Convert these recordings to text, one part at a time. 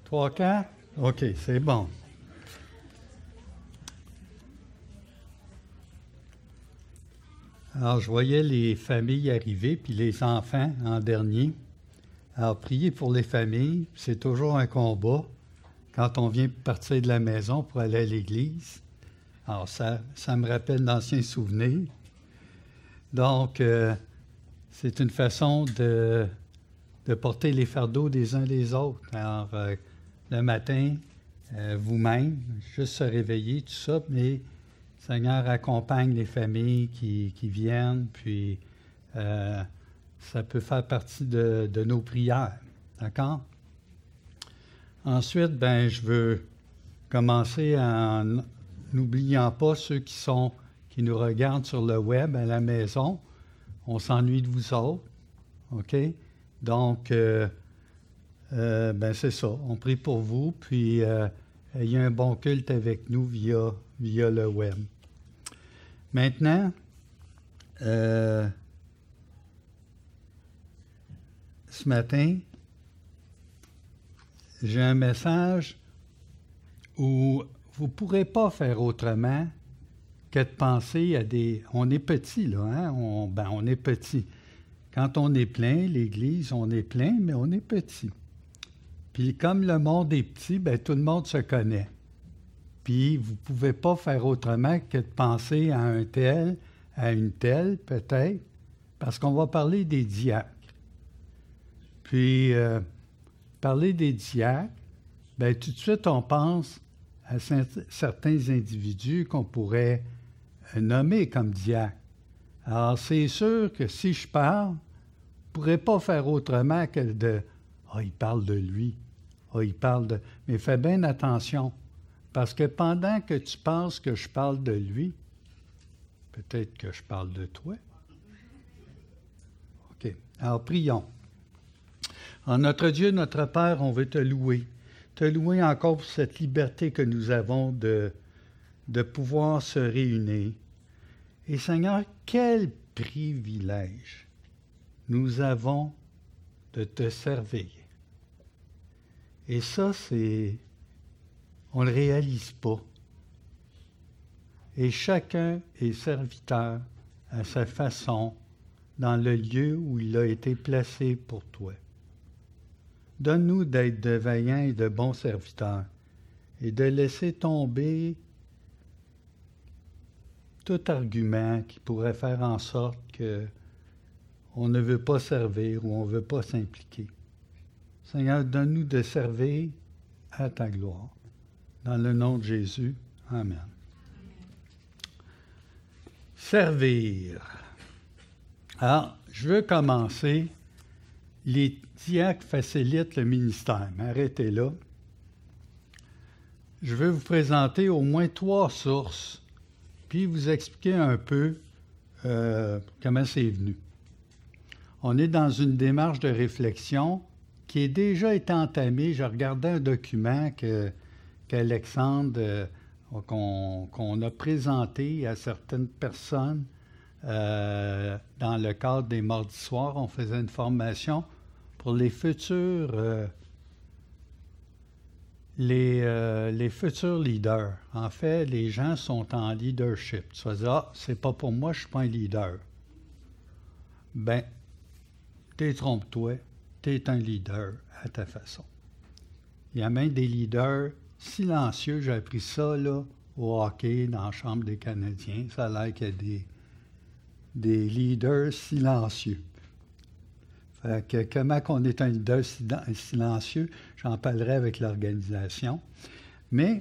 3, 4? OK, c'est bon. Alors, je voyais les familles arriver, puis les enfants en dernier. Alors, prier pour les familles, c'est toujours un combat quand on vient partir de la maison pour aller à l'église. Alors, ça me rappelle d'anciens souvenirs. Donc, c'est une façon de porter les fardeaux des uns des autres. Alors, le matin, vous-même, juste se réveiller, tout ça, mais le Seigneur accompagne les familles qui viennent, puis ça peut faire partie de nos prières. D'accord? Ensuite, je veux commencer en n'oubliant pas ceux qui nous regardent sur le web à la maison. On s'ennuie de vous autres. OK? Donc, c'est ça. On prie pour vous, puis ayez un bon culte avec nous via le web. Maintenant, ce matin, j'ai un message où vous ne pourrez pas faire autrement que de penser à des... On est petit, là, hein? On est petit. Quand on est plein, l'Église, on est plein, mais on est petit. Puis comme le monde est petit, tout le monde se connaît. Puis vous ne pouvez pas faire autrement que de penser à un tel, à une telle, peut-être, parce qu'on va parler des diacres. Puis, parler des diacres, tout de suite, on pense à certains individus qu'on pourrait nommer comme diacres. Alors, c'est sûr que si je parle, je ne pourrais pas faire autrement que de « Ah, il parle de lui. Ah, il parle de... » Mais fais bien attention, parce que pendant que tu penses que je parle de lui, peut-être que je parle de toi. OK. Alors, prions. En notre Dieu, notre Père, on veut te louer. Te louer encore pour cette liberté que nous avons de pouvoir se réunir. Et Seigneur, quel privilège nous avons de te servir. Et ça, on ne le réalise pas. Et chacun est serviteur à sa façon dans le lieu où il a été placé pour toi. Donne-nous d'être de vaillants et de bons serviteurs et de laisser tomber tout argument qui pourrait faire en sorte qu'on ne veut pas servir ou on ne veut pas s'impliquer. Seigneur, donne-nous de servir à ta gloire. Dans le nom de Jésus, Amen. Servir. Alors, je veux commencer. Les diacres facilitent le ministère. Arrêtez là. Je veux vous présenter au moins 3 sources, puis vous expliquer un peu comment c'est venu. On est dans une démarche de réflexion qui a déjà été entamée. Je regardais un document qu'Alexandre, qu'on a présenté à certaines personnes dans le cadre des mardis soirs. On faisait une formation pour les futurs futurs leaders. En fait, les gens sont en leadership. Tu vas dire, c'est pas pour moi, je suis pas un leader. Détrompe-toi, t'es un leader à ta façon. Il y a même des leaders silencieux. J'ai appris ça là, au hockey, dans la Chambre des Canadiens. Ça a l'air qu'il y a des leaders silencieux. Fait que comment qu'on est un leader silencieux, j'en parlerai avec l'organisation. Mais,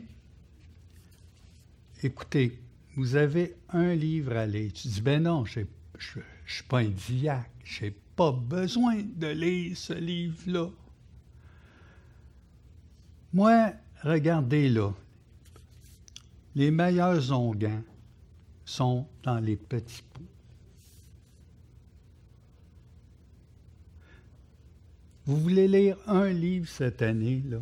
écoutez, vous avez un livre à lire. Tu dis, non, je ne suis pas un diacre, je n'ai pas besoin de lire ce livre-là. Moi, regardez là, les meilleurs onguents sont dans les petits pots. Vous voulez lire un livre cette année, là?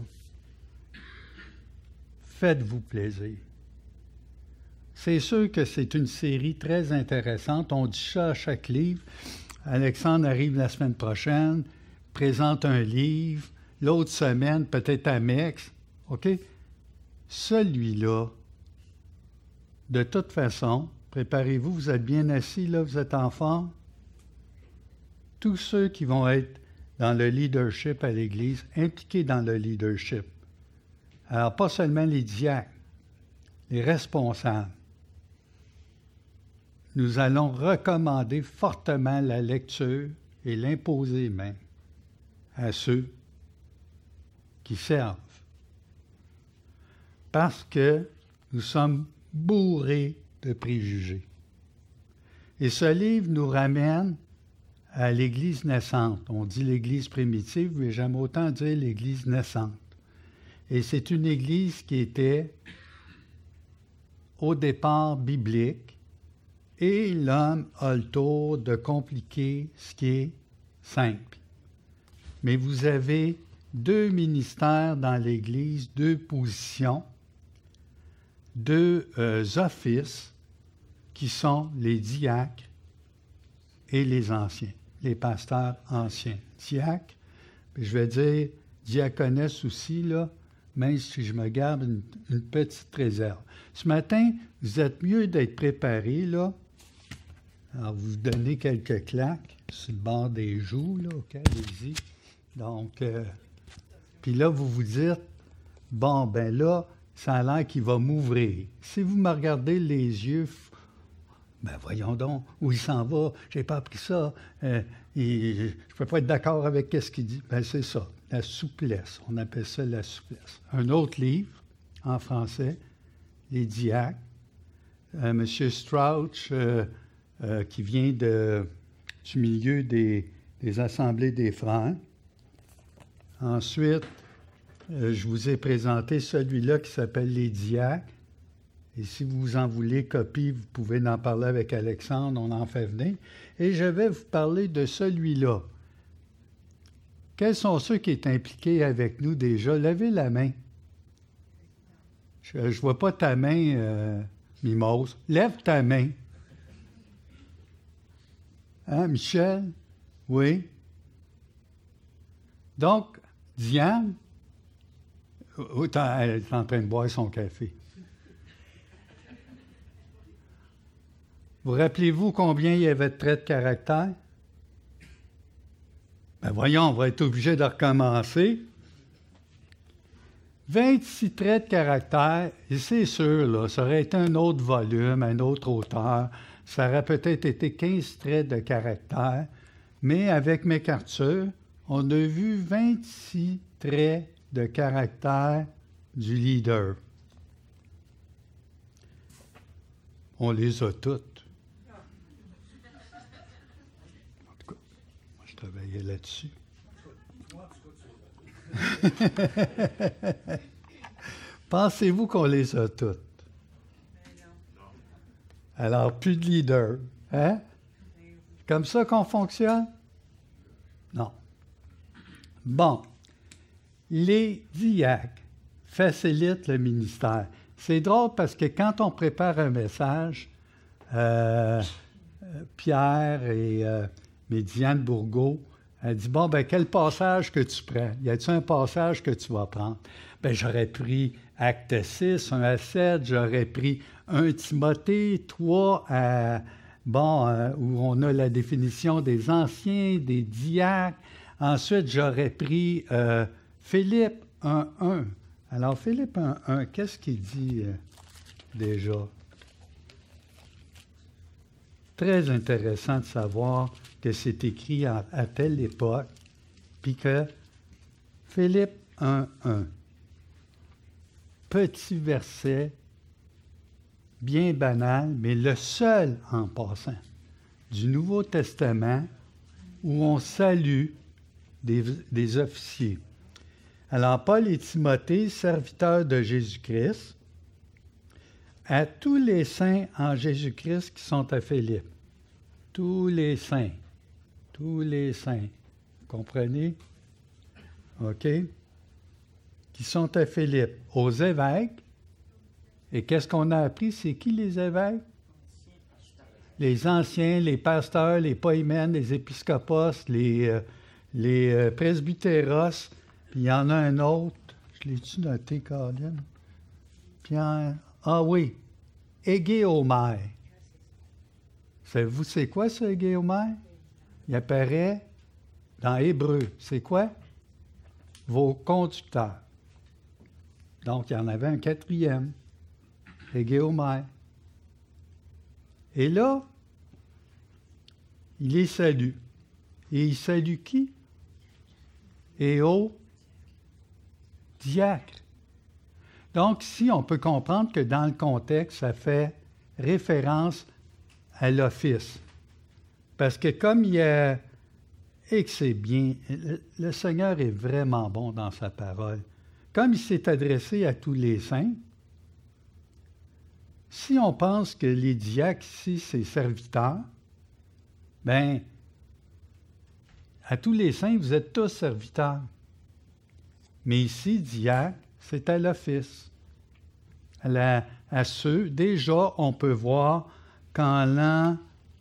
Faites-vous plaisir. C'est sûr que c'est une série très intéressante. On dit ça à chaque livre. Alexandre arrive la semaine prochaine, présente un livre. l'autre semaine, peut-être à Mex. OK? Celui-là, de toute façon, préparez-vous, vous êtes bien assis, là, vous êtes en forme. Tous ceux qui vont être dans le leadership à l'Église, impliqués dans le leadership. Alors, pas seulement les diacres, les responsables. Nous allons recommander fortement la lecture et l'imposer même à ceux qui servent. Parce que nous sommes bourrés de préjugés. Et ce livre nous ramène à l'Église naissante. On dit l'Église primitive, mais j'aime autant dire l'Église naissante. Et c'est une Église qui était au départ biblique, et l'homme a le tour de compliquer ce qui est simple. Mais vous avez 2 ministères dans l'Église, 2 positions, 2 offices qui sont les diacres et les anciens, les pasteurs anciens. Diacres, puis je vais dire diaconesse aussi, là, même si je me garde une petite réserve. Ce matin, vous êtes mieux d'être préparés, là. Alors, vous donnez quelques claques sur le bord des joues, là, OK, allez-y. Donc, puis là, vous vous dites, bon, ben là, ça a l'air qu'il va m'ouvrir. Si vous me regardez les yeux, ben voyons donc, où il s'en va, j'ai pas appris ça, je ne peux pas être d'accord avec ce qu'il dit. Ben c'est ça, la souplesse, on appelle ça la souplesse. Un autre livre, en français, Les diacres, M. Strauch, qui vient du milieu des assemblées des frères. Ensuite, je vous ai présenté celui-là qui s'appelle Les diacres. Et si vous en voulez copie, vous pouvez en parler avec Alexandre, on en fait venir. Et je vais vous parler de celui-là. Quels sont ceux qui sont impliqués avec nous déjà? Levez la main. Je ne vois pas ta main, Mimose. Lève ta main. Hein, Michel? Oui. Donc, Diane, elle est en train de boire son café. Vous rappelez-vous combien il y avait de traits de caractère? Ben voyons, on va être obligé de recommencer. 26 traits de caractère, et c'est sûr, là, ça aurait été un autre volume, un autre auteur, ça aurait peut-être été 15 traits de caractère, mais avec MacArthur, on a vu 26 traits de caractère du leader. On les a toutes. En tout cas, moi, je travaillais là-dessus. Pensez-vous qu'on les a toutes? Alors, plus de leader. Hein? Comme ça qu'on fonctionne? Non. Bon. Les diacres facilitent le ministère. C'est drôle parce que quand on prépare un message, Pierre et Diane Bourgault, elle dit, bon, ben quel passage que tu prends? Y a-t-il un passage que tu vas prendre? Ben j'aurais pris Acte 6, 1 à 7, j'aurais pris 1 Timothée, 3 à, où on a la définition des anciens, des diacres. Ensuite, j'aurais pris Philippe 1.1. Alors, Philippe 1.1, qu'est-ce qu'il dit déjà? Très intéressant de savoir que c'est écrit à telle époque, puis que Philippe 1.1, petit verset, bien banal, mais le seul en passant du Nouveau Testament où on salue des officiers. Alors, Paul et Timothée, serviteurs de Jésus-Christ, à tous les saints en Jésus-Christ qui sont à Philippe. Tous les saints. Comprenez? OK? Qui sont à Philippe. Aux évêques. Et qu'est-ce qu'on a appris? C'est qui les évêques? Les anciens, les pasteurs, les poimènes, les épiscopos, les presbytéros. Puis il y en a un autre. Je l'ai-tu noté, Colin? Puis ah oui, Égéomai. Savez-vous c'est quoi ça, Égéomai? Il apparaît dans Hébreu. C'est quoi? Vos conducteurs. Donc, il y en avait un quatrième. Égéomai. Et là, il les salue. Et il salue qui? Éo diacre. Donc, ici, on peut comprendre que dans le contexte, ça fait référence à l'office. Parce que comme il y a... Et que c'est bien, le Seigneur est vraiment bon dans sa parole. Comme il s'est adressé à tous les saints, si on pense que les diacres ici, c'est serviteurs, bien, à tous les saints, vous êtes tous serviteurs. Mais ici, diacre, c'est à l'office. À ceux, déjà, on peut voir qu'en l'an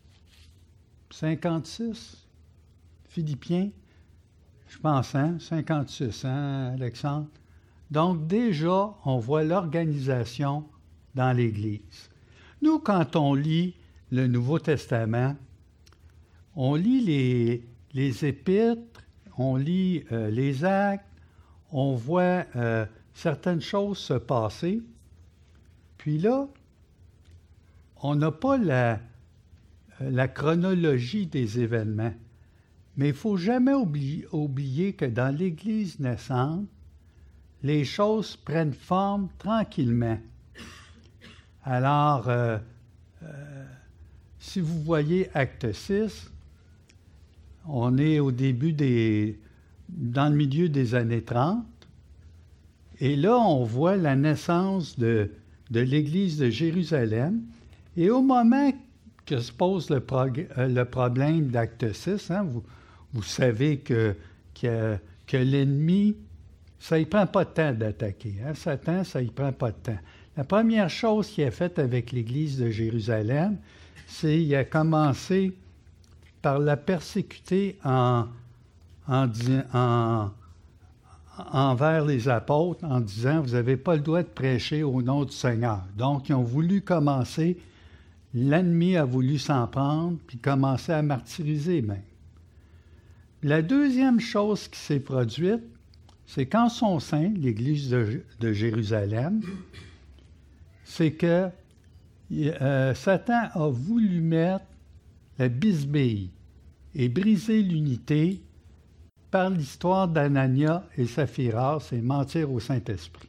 56, Philippiens, je pense, 56, Alexandre? Donc, déjà, on voit l'organisation dans l'Église. Nous, quand on lit le Nouveau Testament, on lit les épîtres, on lit les actes, on voit certaines choses se passer. Puis là, on n'a pas la chronologie des événements. Mais il ne faut jamais oublier que dans l'Église naissante, les choses prennent forme tranquillement. Alors, si vous voyez Acte 6, on est au début dans le milieu des années 30, et là, on voit la naissance de l'Église de Jérusalem, et au moment que se pose le problème d'Acte 6, vous savez que l'ennemi, ça ne prend pas de temps d'attaquer. Satan, ça ne prend pas de temps. La première chose qu'il a faite avec l'Église de Jérusalem, c'est qu'il a commencé par la persécuter envers les apôtres en disant « Vous n'avez pas le droit de prêcher au nom du Seigneur ». Donc, ils ont voulu commencer, l'ennemi a voulu s'en prendre, puis commencer à martyriser même. La deuxième chose qui s'est produite, c'est qu'en son sein, l'Église de Jérusalem, c'est que Satan a voulu mettre la bisbille et briser l'unité par l'histoire d'Anania et Saphira, c'est mentir au Saint-Esprit.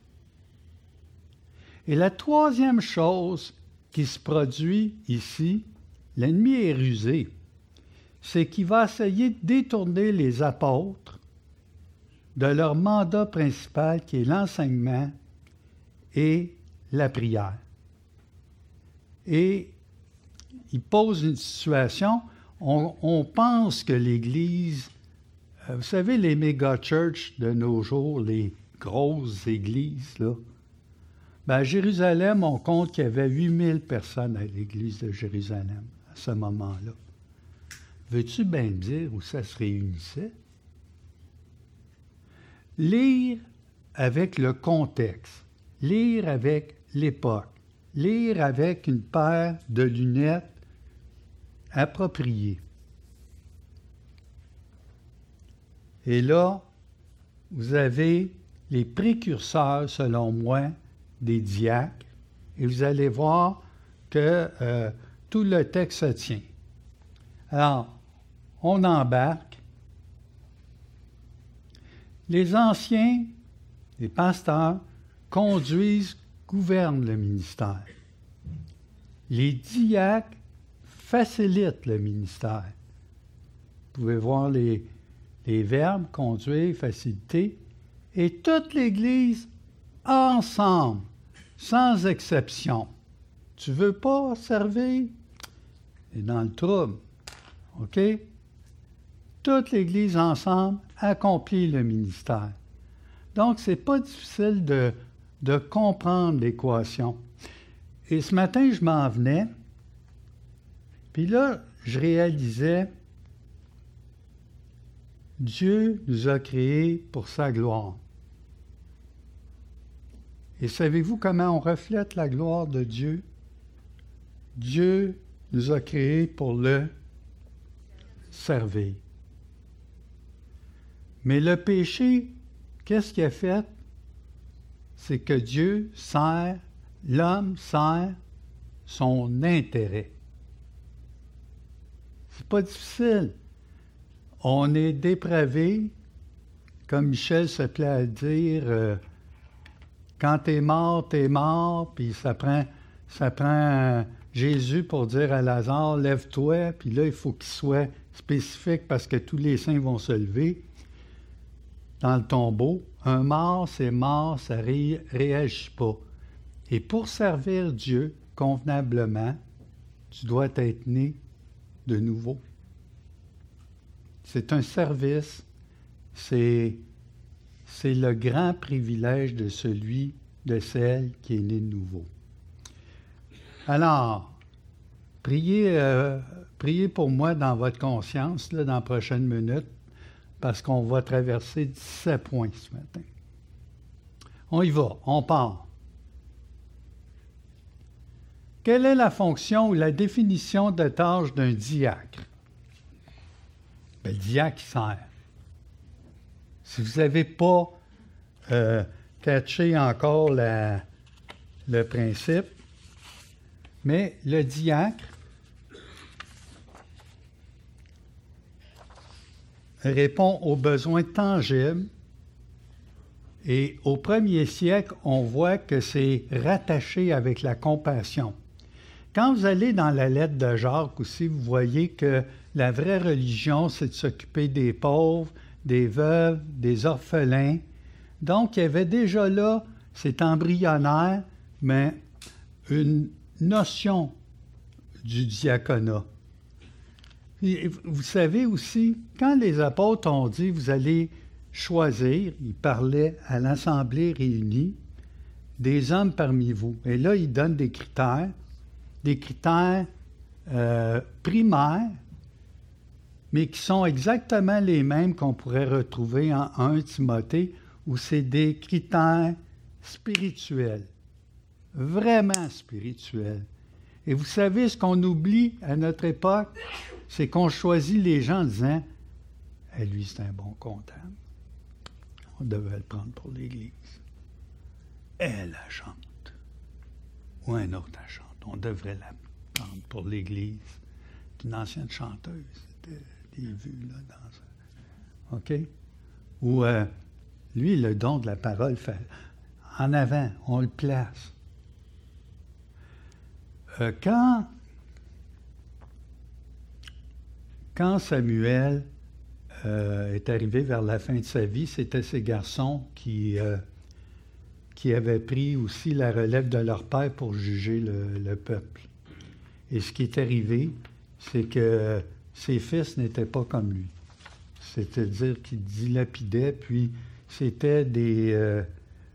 Et la troisième chose qui se produit ici, l'ennemi est rusé, c'est qu'il va essayer de détourner les apôtres de leur mandat principal qui est l'enseignement et la prière. Et il pose une situation, on pense que l'Église, vous savez, les méga-churches de nos jours, les grosses églises, là, à Jérusalem, on compte qu'il y avait 8000 personnes à l'Église de Jérusalem à ce moment-là. Veux-tu bien me dire où ça se réunissait? Lire avec le contexte, lire avec l'époque, lire avec une paire de lunettes appropriées. Et là, vous avez les précurseurs, selon moi, des diacres, et vous allez voir que tout le texte se tient. Alors, on embarque. Les anciens, les pasteurs, conduisent, gouvernent le ministère. Les diacres facilitent le ministère. Vous pouvez voir les verbes, conduire, faciliter, et toute l'Église ensemble, sans exception. Tu ne veux pas servir? Et dans le trouble. OK? Toute l'Église ensemble accomplit le ministère. Donc, ce n'est pas difficile de comprendre l'équation. Et ce matin, je m'en venais, puis là, je réalisais Dieu nous a créés pour sa gloire. Et savez-vous comment on reflète la gloire de Dieu? Dieu nous a créés pour le servir. Mais le péché, qu'est-ce qu'il a fait? C'est que l'homme sert son intérêt. C'est pas difficile. On est dépravé, comme Michel se plaît à dire, quand t'es mort, puis ça prend Jésus pour dire à Lazare, lève-toi, puis là, il faut qu'il soit spécifique parce que tous les saints vont se lever dans le tombeau. Un mort, c'est mort, ça ne réagit pas. Et pour servir Dieu convenablement, tu dois être né de nouveau. C'est un service, c'est le grand privilège de celui, de celle qui est né de nouveau. Alors, priez pour moi dans votre conscience, là, dans la prochaine minute, parce qu'on va traverser 17 points ce matin. On y va, on part. Quelle est la fonction ou la définition de tâche d'un diacre? Bien, le diacre, il sert. Si vous n'avez pas catché encore le principe, mais le diacre répond aux besoins tangibles et au premier siècle, on voit que c'est rattaché avec la compassion. Quand vous allez dans la lettre de Jacques aussi, vous voyez que la vraie religion, c'est de s'occuper des pauvres, des veuves, des orphelins. Donc, il y avait déjà là, c'est embryonnaire, mais une notion du diaconat. Et vous savez aussi, quand les apôtres ont dit, vous allez choisir, ils parlaient à l'assemblée réunie, des hommes parmi vous. Et là, ils donnent des critères primaires, mais qui sont exactement les mêmes qu'on pourrait retrouver en 1 Timothée, où c'est des critères spirituels, vraiment spirituels. Et vous savez, ce qu'on oublie à notre époque, c'est qu'on choisit les gens en disant « lui, c'est un bon comptable. On devait le prendre pour l'Église. Elle chante. Ou un autre, elle chante. On devrait la prendre pour l'Église. » C'est une ancienne chanteuse. C'était des vues là dans ça. OK? Ou lui, le don de la parole, fait en avant, on le place. Quand Samuel est arrivé vers la fin de sa vie, c'était ces garçons qui avaient pris aussi la relève de leur père pour juger le peuple. Et ce qui est arrivé, c'est que ses fils n'étaient pas comme lui. C'est-à-dire qu'ils dilapidaient, puis c'était des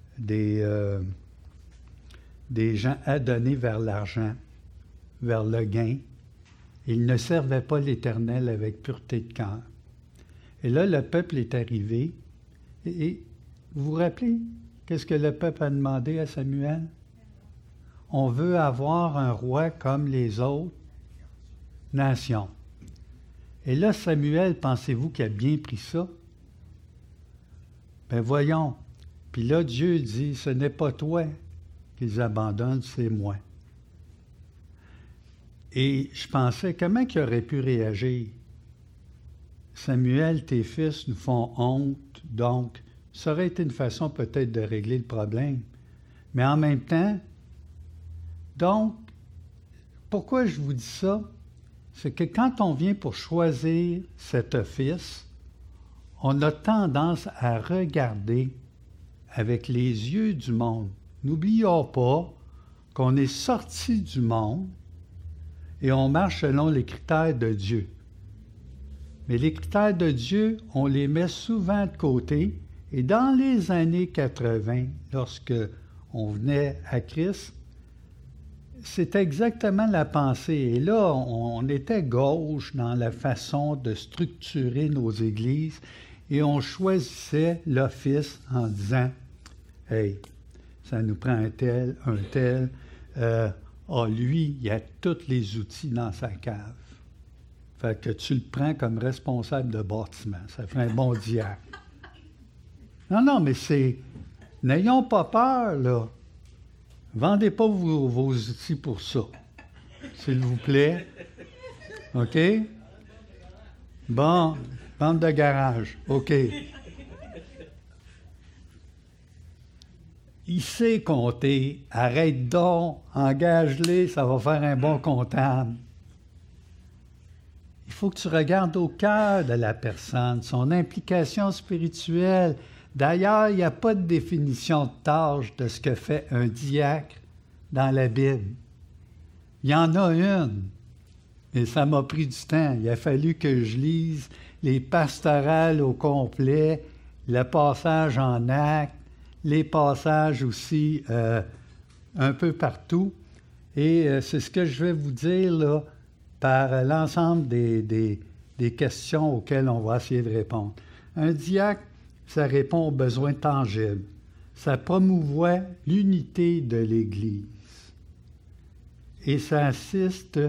gens adonnés vers l'argent, vers le gain. Ils ne servaient pas l'Éternel avec pureté de cœur. Et là, le peuple est arrivé. Et vous vous rappelez, qu'est-ce que le peuple a demandé à Samuel? On veut avoir un roi comme les autres nations. Et là, Samuel, pensez-vous qu'il a bien pris ça? Ben voyons. Puis là, Dieu dit, ce n'est pas toi qu'ils abandonnent, c'est moi. Et je pensais, comment il aurait pu réagir? Samuel, tes fils nous font honte, donc ça aurait été une façon peut-être de régler le problème. Mais en même temps, donc, pourquoi je vous dis ça? C'est que quand on vient pour choisir cet office, on a tendance à regarder avec les yeux du monde. N'oublions pas qu'on est sorti du monde et on marche selon les critères de Dieu. Mais les critères de Dieu, on les met souvent de côté. Et dans les années 80, lorsque on venait à Christ, c'était exactement la pensée. Et là, on était gauche dans la façon de structurer nos églises. et on choisissait l'office en disant « Hey, ça nous prend un tel. Lui, il a tous les outils dans sa cave. » Fait que tu le prends comme responsable de bâtiment. Ça fait un bon diacre. Non, mais c'est... N'ayons pas peur, là. Vendez pas vos outils pour ça. S'il vous plaît. OK? Bon, vente de garage. OK. Il sait compter. Arrête donc. Engage-les, ça va faire un bon comptable. Il faut que tu regardes au cœur de la personne, son implication spirituelle. D'ailleurs, il n'y a pas de définition de tâche de ce que fait un diacre dans la Bible. Il y en a une, mais ça m'a pris du temps. Il a fallu que je lise les pastorales au complet, le passage en actes, les passages aussi un peu partout. Et c'est ce que je vais vous dire là, par l'ensemble des questions auxquelles on va essayer de répondre. Un diacre, ça répond aux besoins tangibles. Ça promouvoit l'unité de l'Église. Et ça assiste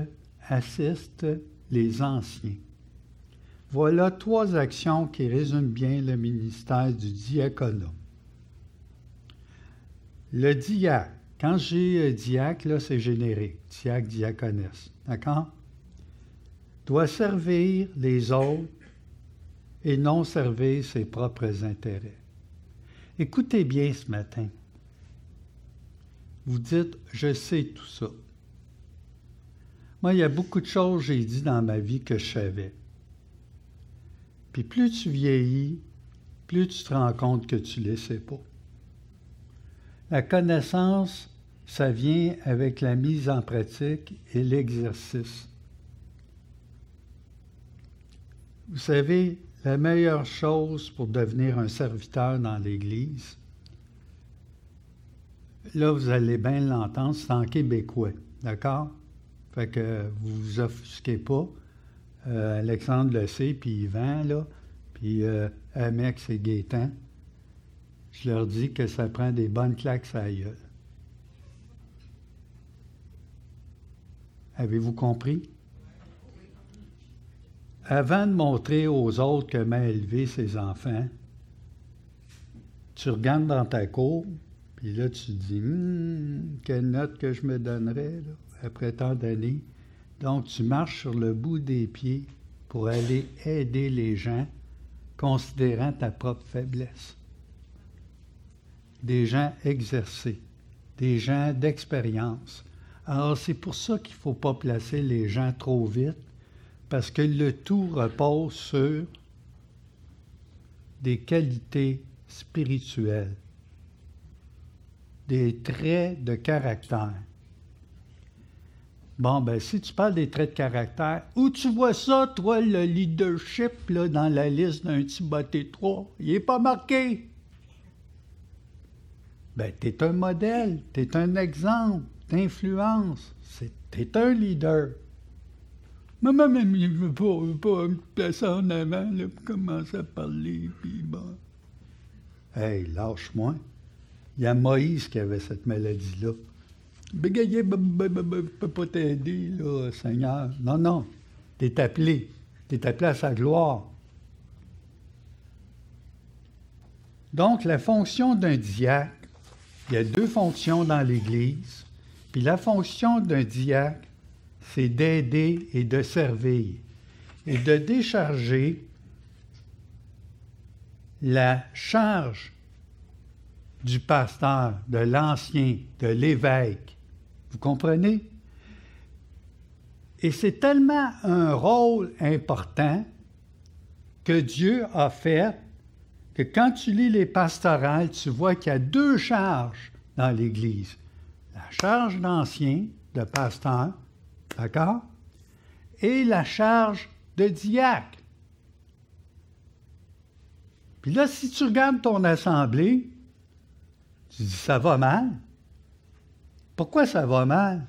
les anciens. Voilà 3 actions qui résument bien le ministère du diaconat. Le diacre, quand j'ai diacre, là, c'est générique, diacre, diaconesse, d'accord? Doit servir les autres et non servir ses propres intérêts. Écoutez bien ce matin. Vous dites, je sais tout ça. Moi, il y a beaucoup de choses que j'ai dit dans ma vie que je savais. Puis plus tu vieillis, plus tu te rends compte que tu ne les sais pas. La connaissance, ça vient avec la mise en pratique et l'exercice. Vous savez, la meilleure chose pour devenir un serviteur dans l'Église, là, vous allez bien l'entendre, c'est en québécois, d'accord? Fait que vous vous offusquez pas. Alexandre le sait, puis Yvan, là, puis Amex et Gaétan. Je leur dis que ça prend des bonnes claques à la gueule. Avez-vous compris? Avant de montrer aux autres comment élever ses enfants, tu regardes dans ta cour, puis là, tu te dis, quelle note que je me donnerais là, après tant d'années. Donc, tu marches sur le bout des pieds pour aller aider les gens, considérant ta propre faiblesse. Des gens exercés, des gens d'expérience. Alors, c'est pour ça qu'il ne faut pas placer les gens trop vite, parce que le tout repose sur des qualités spirituelles, des traits de caractère. Bon, ben si tu parles des traits de caractère, où tu vois ça, toi, le leadership, là, dans la liste d'un Timothée 3? Il n'est pas marqué. Ben, tu es un modèle, tu es un exemple d'influence, tu es un leader. Maman, je ne veux pas me placer en avant, là, pour commencer à parler, puis bon. Hey, lâche-moi. Il y a Moïse qui avait cette maladie-là. Bégayer, je ne peux pas t'aider, là, Seigneur. Non, t'es appelé. T'es appelé à sa gloire. Donc, la fonction d'un diacre, il y a 2 fonctions dans l'Église, puis la fonction d'un diacre, c'est d'aider et de servir, et de décharger la charge du pasteur, de l'ancien, de l'évêque. Vous comprenez? Et c'est tellement un rôle important que Dieu a fait que quand tu lis les pastorales, tu vois qu'il y a 2 charges dans l'Église. La charge d'ancien, de pasteur, d'accord? Et la charge de diacre. Puis là, si tu regardes ton assemblée, tu dis, ça va mal. Pourquoi ça va mal?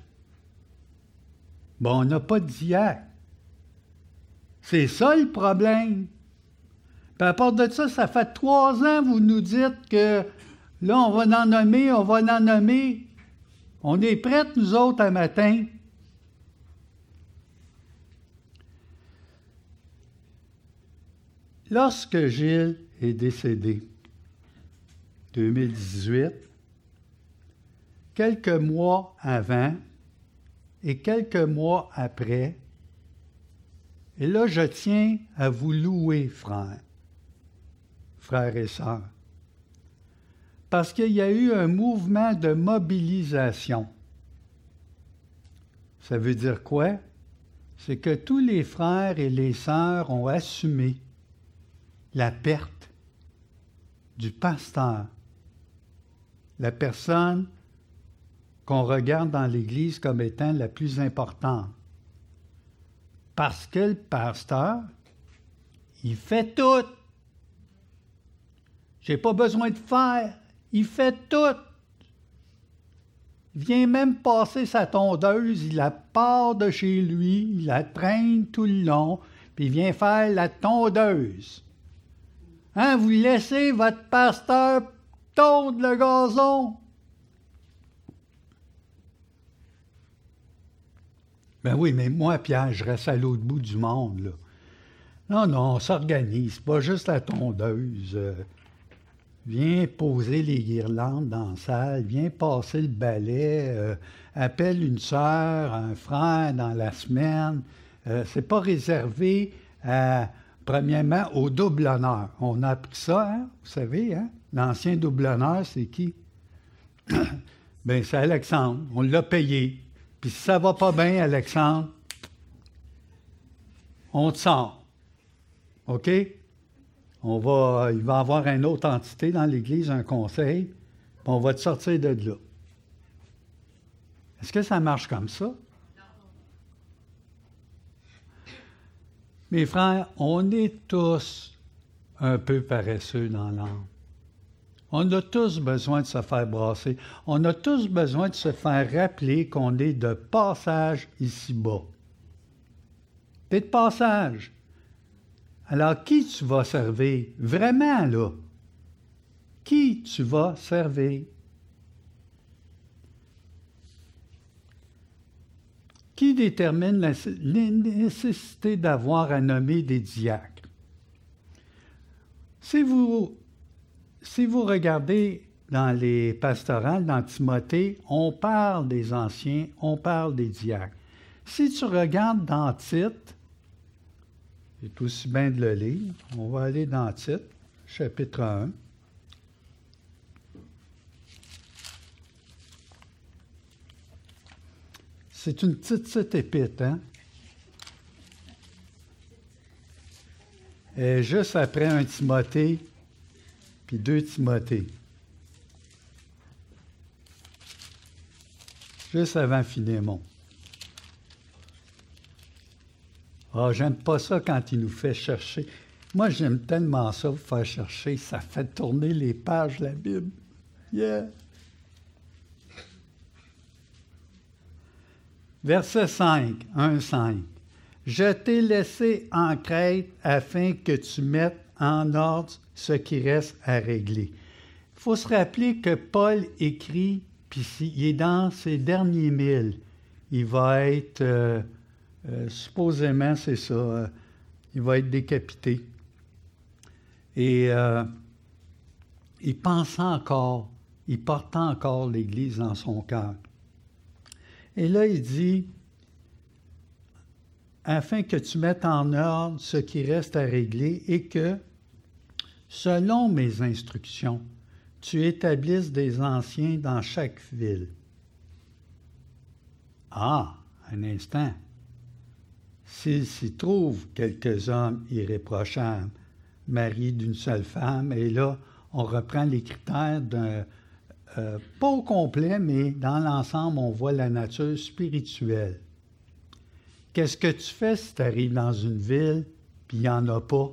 Bon, on n'a pas de diacre. C'est ça le problème. Puis à part de ça, ça fait 3 ans, vous nous dites que là, on va en nommer, on va en nommer. On est prêts, nous autres, à matin. Lorsque Gilles est décédé, 2018, quelques mois avant et quelques mois après, et là, je tiens à vous louer, frères et sœurs, parce qu'il y a eu un mouvement de mobilisation. Ça veut dire quoi? C'est que tous les frères et les sœurs ont assumé la perte du pasteur, la personne qu'on regarde dans l'Église comme étant la plus importante. Parce que le pasteur, il fait tout. J'ai pas besoin de faire. Il fait tout. Il vient même passer sa tondeuse, il la part de chez lui, il la traîne tout le long, puis il vient faire la tondeuse. Hein, vous laissez votre pasteur tondre le gazon? Ben oui, mais moi, Pierre, je reste à l'autre bout du monde, là. Non, on s'organise, pas juste la tondeuse. Viens poser les guirlandes dans la salle, viens passer le balai, appelle une sœur, un frère dans la semaine. C'est pas réservé, premièrement, au double honneur. On a appris ça, hein, vous savez, hein? L'ancien double honneur, c'est qui? Ben c'est Alexandre, on l'a payé. Puis si ça va pas bien, Alexandre, on te sort. OK? Il va y avoir une autre entité dans l'Église, un conseil, puis on va te sortir de là. Est-ce que ça marche comme ça? Non. Mes frères, on est tous un peu paresseux dans l'âme. On a tous besoin de se faire brasser. On a tous besoin de se faire rappeler qu'on est de passage ici-bas. T'es de passage. Alors, qui tu vas servir? Vraiment, là. Qui tu vas servir? Qui détermine la nécessité d'avoir à nommer des diacres? Si vous regardez dans les pastorales, dans Timothée, on parle des anciens, on parle des diacres. Si tu regardes dans Tite, c'est aussi bien de le lire. On va aller dans Tite, chapitre 1. C'est une petite épître, hein? Et juste après 1 Timothée, puis 2 Timothée. Juste avant Philémon. Ah, j'aime pas ça quand il nous fait chercher. Moi, j'aime tellement ça, vous faire chercher. Ça fait tourner les pages de la Bible. Yeah! Verset 5, 1-5. « Je t'ai laissé en Crète afin que tu mettes en ordre ce qui reste à régler. » Il faut se rappeler que Paul écrit, puis il est dans ses derniers milles. Il va être, supposément, c'est ça, il va être décapité. Et il pensait encore, il portait encore l'Église dans son cœur. Et là, il dit, afin que tu mettes en ordre ce qui reste à régler et que, selon mes instructions, tu établisses des anciens dans chaque ville. Ah, un instant. S'il s'y trouve quelques hommes irréprochables, mariés d'une seule femme, et là, on reprend les critères d'un... pas au complet, mais dans l'ensemble, on voit la nature spirituelle. Qu'est-ce que tu fais si tu arrives dans une ville puis il n'y en a pas?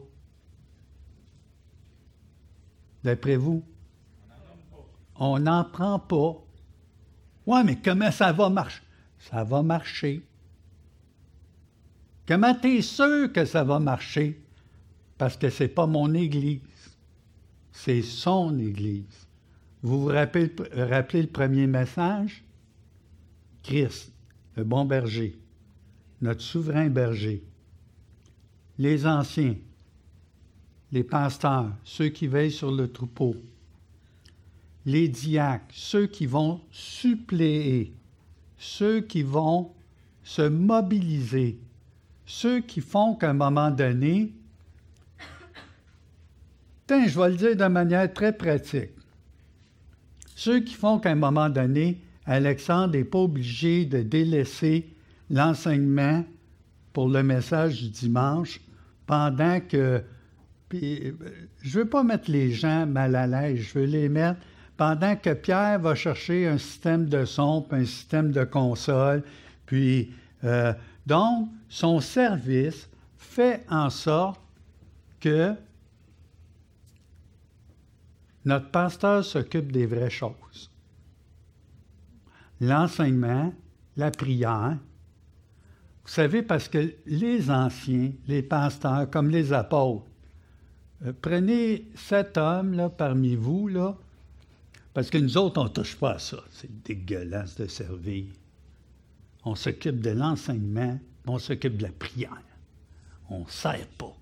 D'après vous? On n'en prend pas. Oui, mais comment ça va marcher? Ça va marcher. Comment tu es sûr que ça va marcher? parce que ce n'est pas mon Église, c'est son Église. Vous vous rappelez le premier message? Christ, le bon berger, notre souverain berger. Les anciens, les pasteurs, ceux qui veillent sur le troupeau. Les diacres, ceux qui vont suppléer, ceux qui vont se mobiliser, ceux qui font qu'à un moment donné, je vais le dire de manière très pratique, ceux qui font qu'à un moment donné, Alexandre n'est pas obligé de délaisser l'enseignement pour le message du dimanche pendant que... Puis, je ne veux pas mettre les gens mal à l'aise, je veux les mettre pendant que Pierre va chercher un système de son, puis un système de console. Puis, donc, son service fait en sorte que notre pasteur s'occupe des vraies choses. L'enseignement, la prière. Vous savez, parce que les anciens, les pasteurs, comme les apôtres, prenez 7 hommes là, parmi vous, là, parce que nous autres, on ne touche pas à ça. C'est dégueulasse de servir. On s'occupe de l'enseignement, on s'occupe de la prière. On ne sert pas.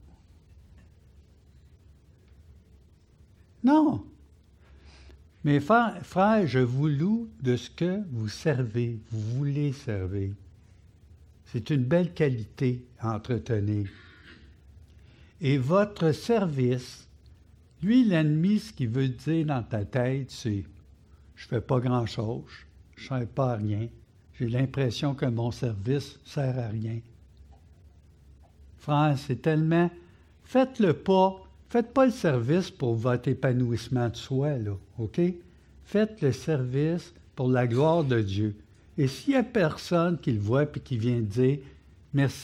Non. Mes frères, je vous loue de ce que vous servez, vous voulez servir. C'est une belle qualité à entretenir. Et votre service, lui, l'ennemi, ce qu'il veut dire dans ta tête, c'est « je ne fais pas grand-chose, je ne sers pas à rien, j'ai l'impression que mon service ne sert à rien. » Frère, c'est tellement... Faites-le pas. Faites pas le service pour votre épanouissement de soi, là, OK? Faites le service pour la gloire de Dieu. Et s'il n'y a personne qui le voit et qui vient dire « merci »,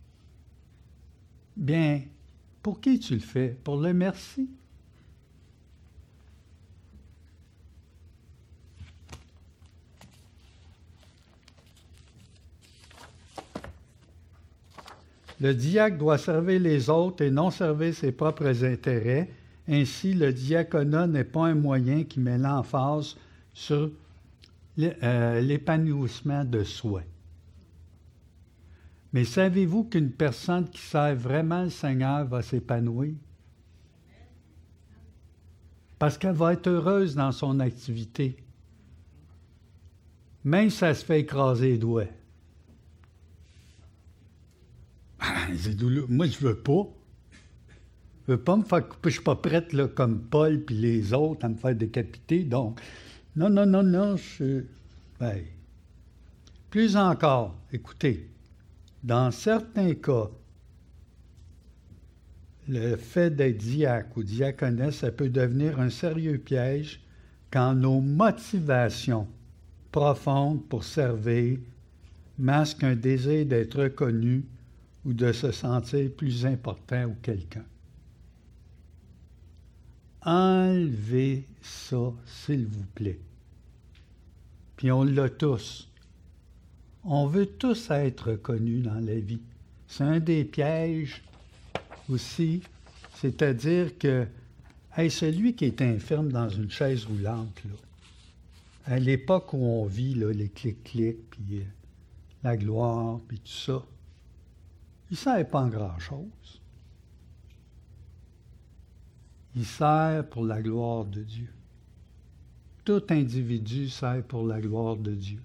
bien, pour qui tu le fais? Pour le merci? Le diacre doit servir les autres et non servir ses propres intérêts. Ainsi, le diaconat n'est pas un moyen qui met l'emphase sur l'épanouissement de soi. Mais savez-vous qu'une personne qui sert vraiment le Seigneur va s'épanouir? Parce qu'elle va être heureuse dans son activité. Même si elle se fait écraser les doigts. Moi, je veux pas. Je veux pas me faire couper. Je suis pas prête, là, comme Paul puis les autres, à me faire décapiter. Donc, non. Plus encore, écoutez, dans certains cas, le fait d'être diacre ou diaconesse, ça peut devenir un sérieux piège quand nos motivations profondes pour servir masquent un désir d'être reconnu ou de se sentir plus important ou quelqu'un. Enlevez ça, s'il vous plaît. Puis on l'a tous. On veut tous être reconnus dans la vie. C'est un des pièges aussi, c'est-à-dire que celui qui est infirme dans une chaise roulante, là, à l'époque où on vit, là, les clics-clics, puis la gloire, puis tout ça, il ne sert pas en grand-chose. Il sert pour la gloire de Dieu. Tout individu sert pour la gloire de Dieu.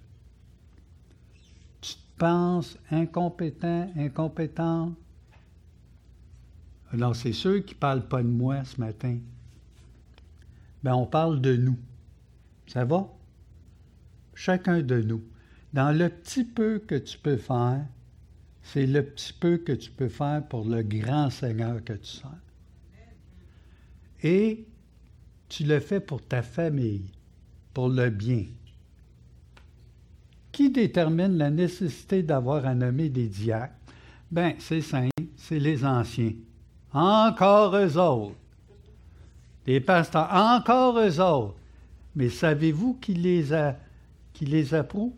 Tu te penses incompétent, incompétente? Alors, c'est ceux qui ne parlent pas de moi ce matin. Bien, on parle de nous. Ça va? Chacun de nous. Dans le petit peu que tu peux faire, c'est le petit peu que tu peux faire pour le grand Seigneur que tu sers. Et tu le fais pour ta famille, pour le bien. Qui détermine la nécessité d'avoir à nommer des diacres? Bien, c'est simple, c'est les anciens. Encore eux autres. Les pasteurs, encore eux autres. Mais savez-vous qui les approuve?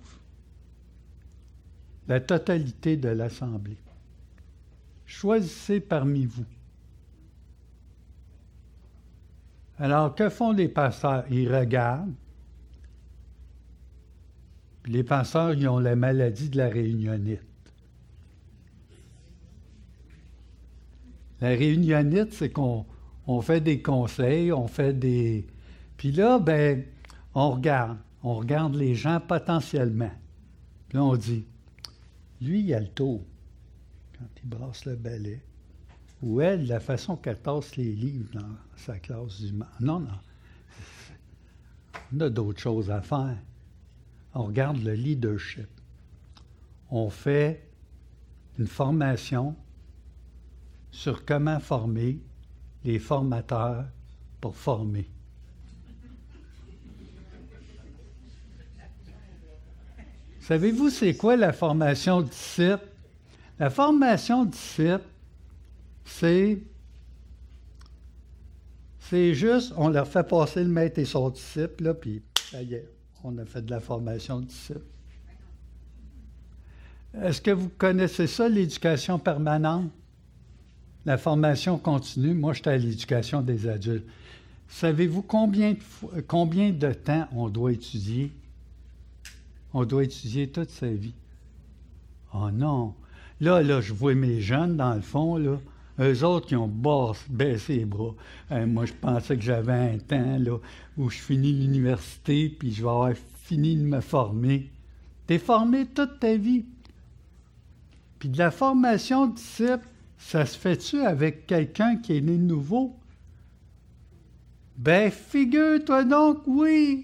La totalité de l'Assemblée. Choisissez parmi vous Alors, que font les pasteurs? Ils regardent. Puis les pasteurs, ils ont la maladie de la réunionnite. La réunionnite, c'est qu'on fait des conseils, on fait des... Puis là, ben, on regarde les gens potentiellement. Puis là, on dit, lui, il a le tour quand il brasse le balai. Ou elle, la façon qu'elle tasse les livres dans sa classe du... Non. On a d'autres choses à faire. On regarde le leadership. On fait une formation sur comment former les formateurs pour former. Savez-vous c'est quoi la formation disciple? La formation disciple, c'est juste, on leur fait passer le maître et son disciple, là, puis ça y est, on a fait de la formation disciple. Est-ce que vous connaissez ça, l'éducation permanente? La formation continue. Moi, j'étais à l'éducation des adultes. Savez-vous combien de temps on doit étudier? On doit étudier toute sa vie. Oh non! Là, je vois mes jeunes, dans le fond, là, eux autres qui ont baissé les bras. Moi, je pensais que j'avais un temps là, où je finis l'université, puis je vais avoir fini de me former. T'es formé toute ta vie. Puis de la formation disciple, ça se fait-tu avec quelqu'un qui est né de nouveau? Ben, figure-toi donc, oui!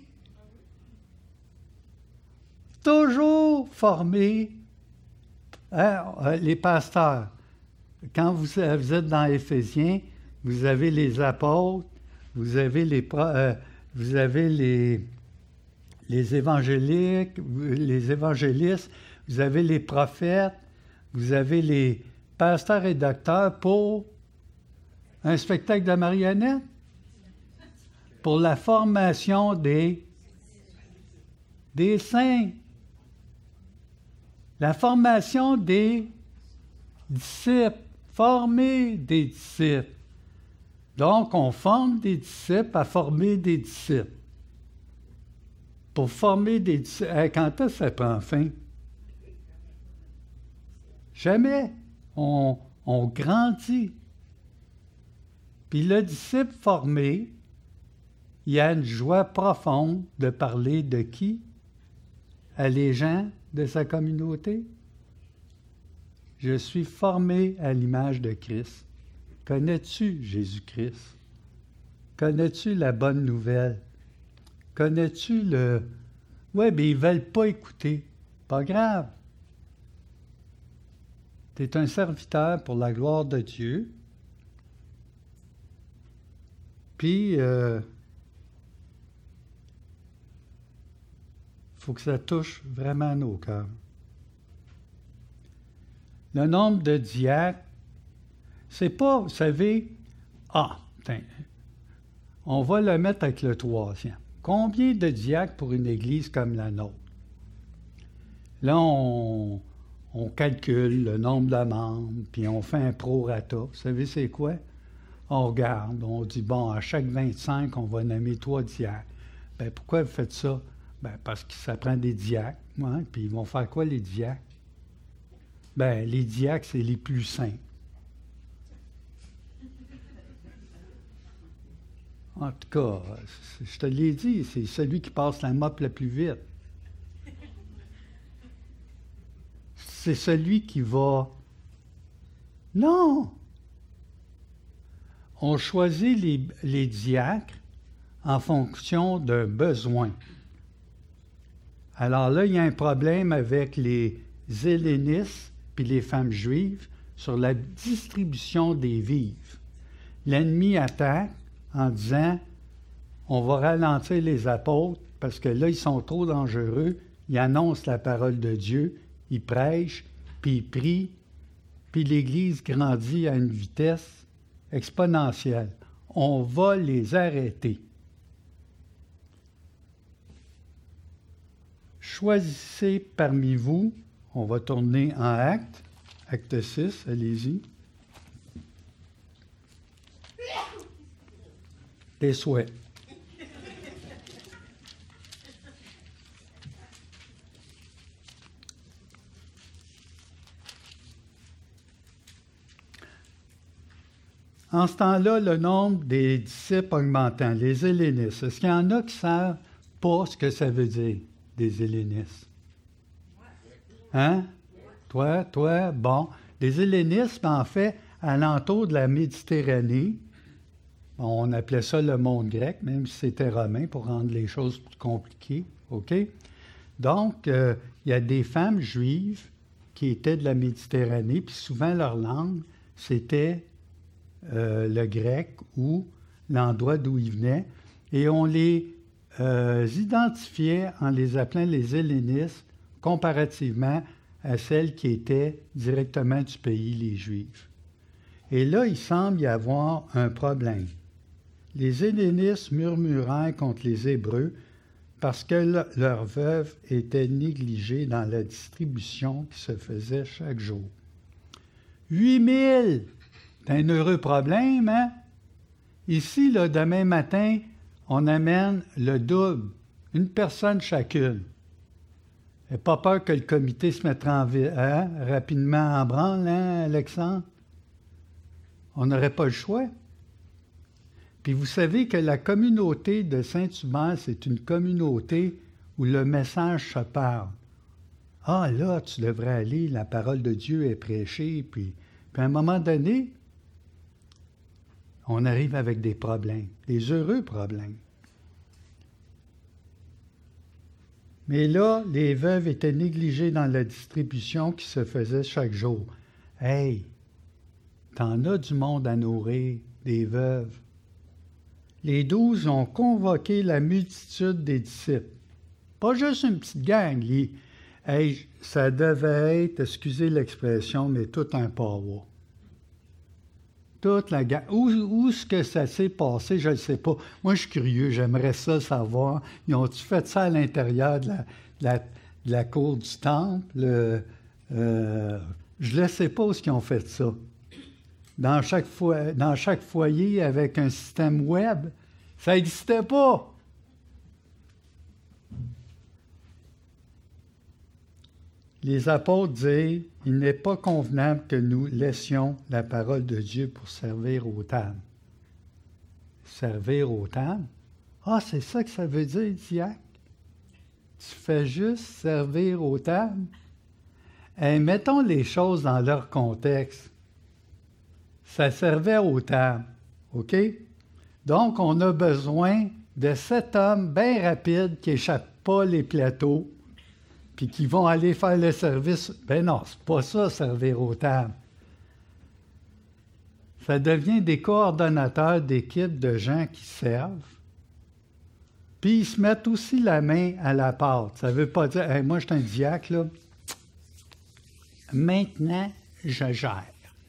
Toujours formé. Les pasteurs, quand vous êtes dans Éphésiens, vous avez les apôtres, vous avez les évangélistes, vous avez les prophètes, vous avez les pasteurs et docteurs pour un spectacle de marionnettes, pour la formation des saints. La formation des disciples, former des disciples. Donc, on forme des disciples à former des disciples. Pour former des disciples, quand est-ce que ça prend fin? Jamais. On grandit. Puis le disciple formé, il a une joie profonde de parler de qui? À les gens de sa communauté. Je suis formé à l'image de Christ. Connais-tu Jésus-Christ? Connais-tu la bonne nouvelle? Connais-tu le... Ouais, mais ils ne veulent pas écouter. Pas grave. Tu es un serviteur pour la gloire de Dieu. Puis, faut que ça touche vraiment nos cœurs. Le nombre de diacres, c'est pas, vous savez, on va le mettre avec le troisième. Combien de diacres pour une église comme la nôtre? Là, on calcule le nombre de membres, puis on fait un prorata. Vous savez c'est quoi? On regarde, on dit, bon, à chaque 25, on va nommer 3 diacres. Bien, pourquoi vous faites ça? Bien, parce que ça prend des diacres. Hein? Puis ils vont faire quoi, les diacres? Bien, les diacres, c'est les plus saints. En tout cas, je te l'ai dit, c'est celui qui passe la mop le plus vite. C'est celui qui va... Non! On choisit les diacres en fonction d'un besoin. Alors là, il y a un problème avec les hellénistes puis les femmes juives sur la distribution des vivres. L'ennemi attaque en disant « On va ralentir les apôtres parce que là, ils sont trop dangereux. Ils annoncent la parole de Dieu, ils prêchent, puis ils prient, puis l'Église grandit à une vitesse exponentielle. On va les arrêter. » Choisissez parmi vous, on va tourner en acte 6, allez-y. Des souhaits. En ce temps-là, le nombre des disciples augmentant, les hellénistes. Est-ce qu'il y en a qui ne savent pas ce que ça veut dire, des hellénistes? Hein? Toi, bon. Les hellénistes, en fait, alentour de la Méditerranée, on appelait ça le monde grec, même si c'était romain, pour rendre les choses plus compliquées. OK? Donc, il y a des femmes juives qui étaient de la Méditerranée, puis souvent leur langue, c'était le grec ou l'endroit d'où ils venaient, et on les identifiait en les appelant les hellénistes comparativement à celles qui étaient directement du pays, les Juifs. Et là, il semble y avoir un problème. Les hellénistes murmuraient contre les Hébreux parce que leurs veuves étaient négligées dans la distribution qui se faisait chaque jour. 8000! C'est un heureux problème, hein? Ici, là, demain matin, on amène le double, une personne chacune. Et pas peur que le comité se mette rapidement en branle, hein, Alexandre? On n'aurait pas le choix. Puis vous savez que la communauté de Saint-Hubert, c'est une communauté où le message se parle. Ah là, tu devrais aller, la parole de Dieu est prêchée, puis à un moment donné, on arrive avec des problèmes, des heureux problèmes. Mais là, les veuves étaient négligées dans la distribution qui se faisait chaque jour. Hey, t'en as du monde à nourrir, des veuves. Les 12 ont convoqué la multitude des disciples. Pas juste une petite gang. Hey, ça devait être, excusez l'expression, mais tout un power. Toute la gang. Où est-ce que ça s'est passé, je ne sais pas. Moi, je suis curieux, j'aimerais ça savoir. Ils ont-tu fait ça à l'intérieur de la cour du temple? Je ne sais pas où ils ont fait ça. Dans chaque foyer avec un système web, ça n'existait pas. Les apôtres disent, il n'est pas convenable que nous laissions la parole de Dieu pour servir aux tables. Servir aux tables? Ah, c'est ça que ça veut dire, diacre? Tu fais juste servir aux tables? Et mettons les choses dans leur contexte. Ça servait aux tables, OK? Donc, on a besoin de 7 hommes bien rapides qui n'échappent pas les plateaux, puis qui vont aller faire le service. Ben non, c'est pas ça, servir aux tables. Ça devient des coordonnateurs d'équipe de gens qui servent, puis ils se mettent aussi la main à la pâte. Ça ne veut pas dire, hey, moi, je suis un diacre, là. Maintenant, je gère.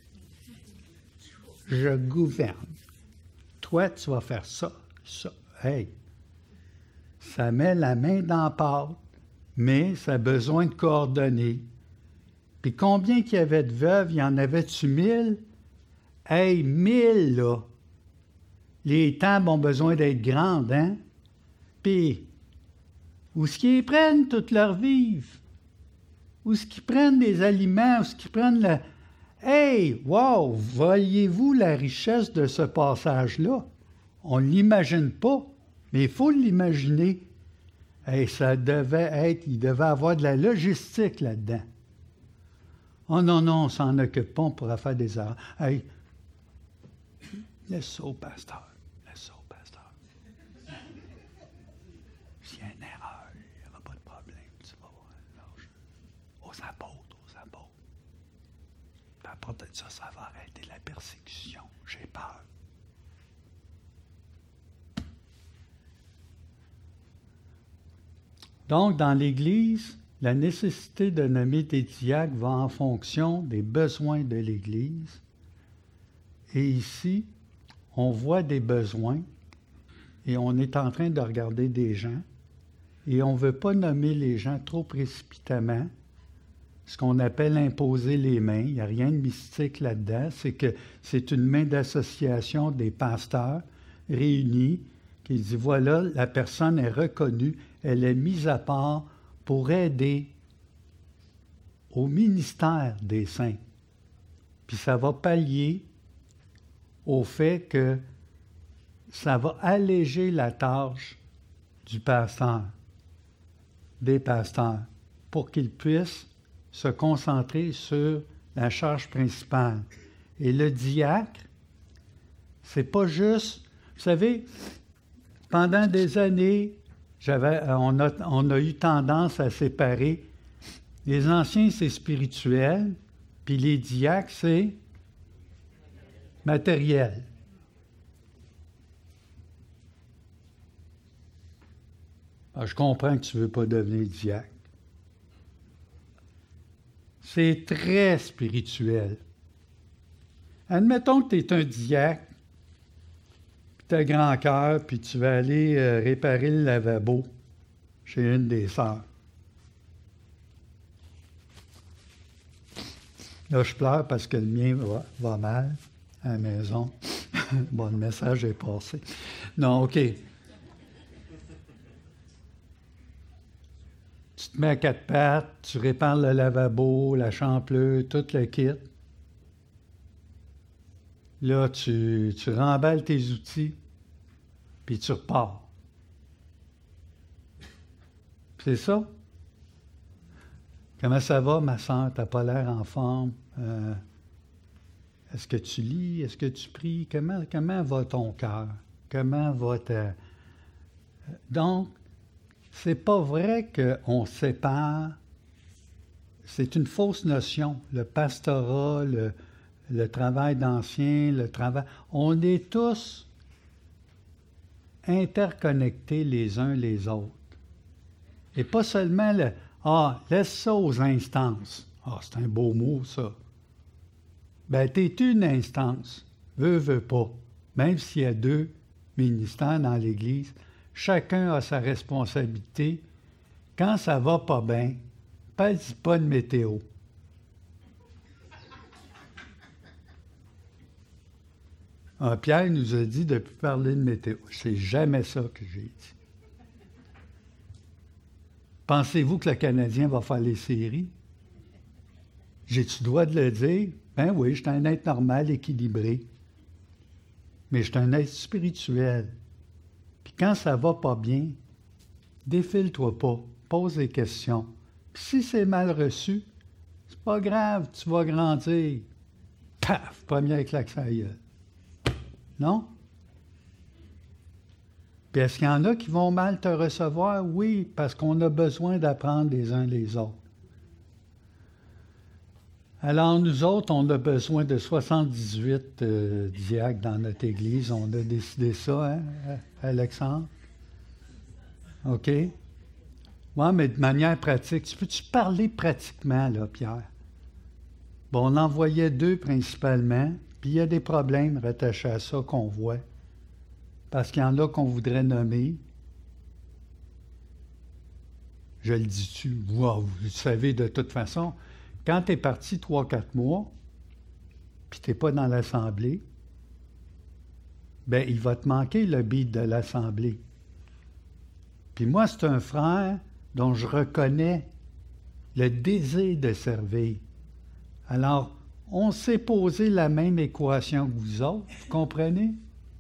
Je gouverne. Toi, tu vas faire ça, ça. Hey, ça met la main dans la pâte, mais ça a besoin de coordonner. Puis combien qu'il y avait de veuves? Il y en avait-tu 1000? Hey, 1000, là! Les tables ont besoin d'être grandes, hein? Puis, où est-ce qu'ils prennent toute leur vivre? Où est-ce qu'ils prennent des aliments? Où est-ce qu'ils prennent la... Hey, wow! Voyez-vous la richesse de ce passage-là? On ne l'imagine pas, mais il faut l'imaginer. Hey, ça devait être, il devait avoir de la logistique là-dedans. Oh non, non, on s'en occupe pas, on pourra faire des erreurs. Hey, laisse ça au pasteur. Laisse ça au pasteur. S'il y a une erreur, il n'y aura pas de problème. Tu vas voir. Aux apôtres. Puis après de ça, ça va arrêter la persécution. J'ai peur. Donc, dans l'Église, la nécessité de nommer des diacres va en fonction des besoins de l'Église. Et ici, on voit des besoins et on est en train de regarder des gens et on ne veut pas nommer les gens trop précipitamment, ce qu'on appelle imposer les mains. Il n'y a rien de mystique là-dedans. C'est que c'est une main d'association des pasteurs, réunis, qui dit, voilà, la personne est reconnue, elle est mise à part pour aider au ministère des saints. Puis ça va pallier au fait que ça va alléger la tâche du pasteur, des pasteurs, pour qu'ils puissent se concentrer sur la charge principale. Et le diacre, c'est pas juste... Vous savez, pendant des années, on a eu tendance à séparer les anciens, c'est spirituel, puis les diacres, c'est matériel. Alors, je comprends que tu ne veux pas devenir diacre. C'est très spirituel. Admettons que tu es un diacre, puis tu as grand cœur, puis tu vas aller réparer le lavabo chez une des sœurs. Là, je pleure parce que le mien va mal à la maison. Bon, le message est passé. Non, OK. Tu te mets à quatre pattes, tu répares le lavabo, la champlure, tout le kit. Là, tu remballes tes outils, puis tu repars. C'est ça? Comment ça va, ma sœur? T'as pas l'air en forme? Est-ce que tu lis? Est-ce que tu pries? Comment va ton cœur? Comment va ta... Donc, c'est pas vrai qu'on sépare. C'est une fausse notion. Le pastorat, le travail d'ancien, le travail... On est tous interconnectés les uns les autres. Et pas seulement le... Ah, laisse ça aux instances. Ah, c'est un beau mot, ça. Ben, t'es une instance. Veux pas. Même s'il y a 2 ministères dans l'Église, chacun a sa responsabilité. Quand ça va pas bien, parle pas de météo. Ah, Pierre nous a dit de ne plus parler de météo. C'est jamais ça que j'ai dit. Pensez-vous que le Canadien va faire les séries? J'ai-tu le droit de le dire? Ben oui, je suis un être normal, équilibré. Mais je suis un être spirituel. Puis quand ça va pas bien, défile-toi pas, pose des questions. Puis si c'est mal reçu, c'est pas grave, tu vas grandir. Paf! Première claque sur la gueule. Non? Puis est-ce qu'il y en a qui vont mal te recevoir? Oui, parce qu'on a besoin d'apprendre les uns les autres. Alors, nous autres, on a besoin de 78 diacres dans notre Église. On a décidé ça, hein, Alexandre? OK? Oui, mais de manière pratique. Tu peux-tu parler pratiquement, là, Pierre? Bon, on en voyait 2 principalement, puis il y a des problèmes rattachés à ça qu'on voit. Parce qu'il y en a qu'on voudrait nommer. Je le dis-tu? Wow, vous le savez de toute façon. Quand tu es parti 3-4 mois, puis tu n'es pas dans l'Assemblée, bien, il va te manquer le beat de l'Assemblée. Puis moi, c'est un frère dont je reconnais le désir de servir. Alors, on s'est posé la même équation que vous autres, vous comprenez?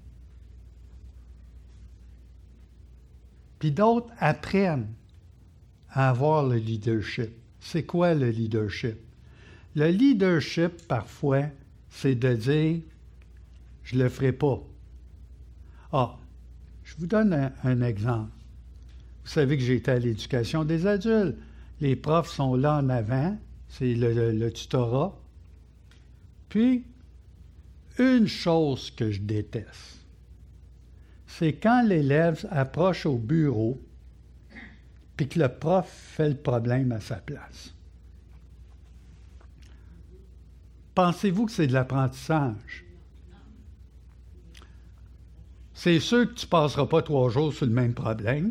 Puis d'autres apprennent à avoir le leadership. C'est quoi le leadership? Le leadership, parfois, c'est de dire « je ne le ferai pas ». Ah, je vous donne un exemple. Vous savez que j'ai été à l'éducation des adultes. Les profs sont là en avant, c'est le tutorat. Puis, une chose que je déteste, c'est quand l'élève approche au bureau puis que le prof fait le problème à sa place. Pensez-vous que c'est de l'apprentissage? C'est sûr que tu ne passeras pas 3 jours sur le même problème,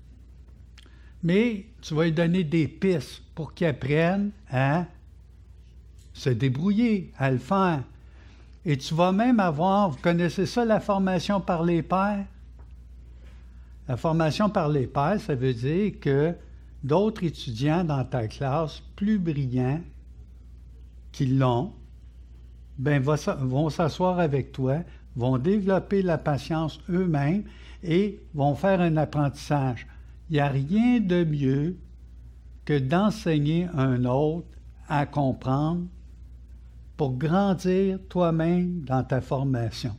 mais tu vas lui donner des pistes pour qu'il apprenne à se débrouiller, à le faire. Et tu vas même avoir, vous connaissez ça, la formation par les pairs? La formation par les pairs, ça veut dire que d'autres étudiants dans ta classe, plus brillants, qui l'ont, ben, vont s'asseoir avec toi, vont développer la patience eux-mêmes et vont faire un apprentissage. Il n'y a rien de mieux que d'enseigner un autre à comprendre pour grandir toi-même dans ta formation.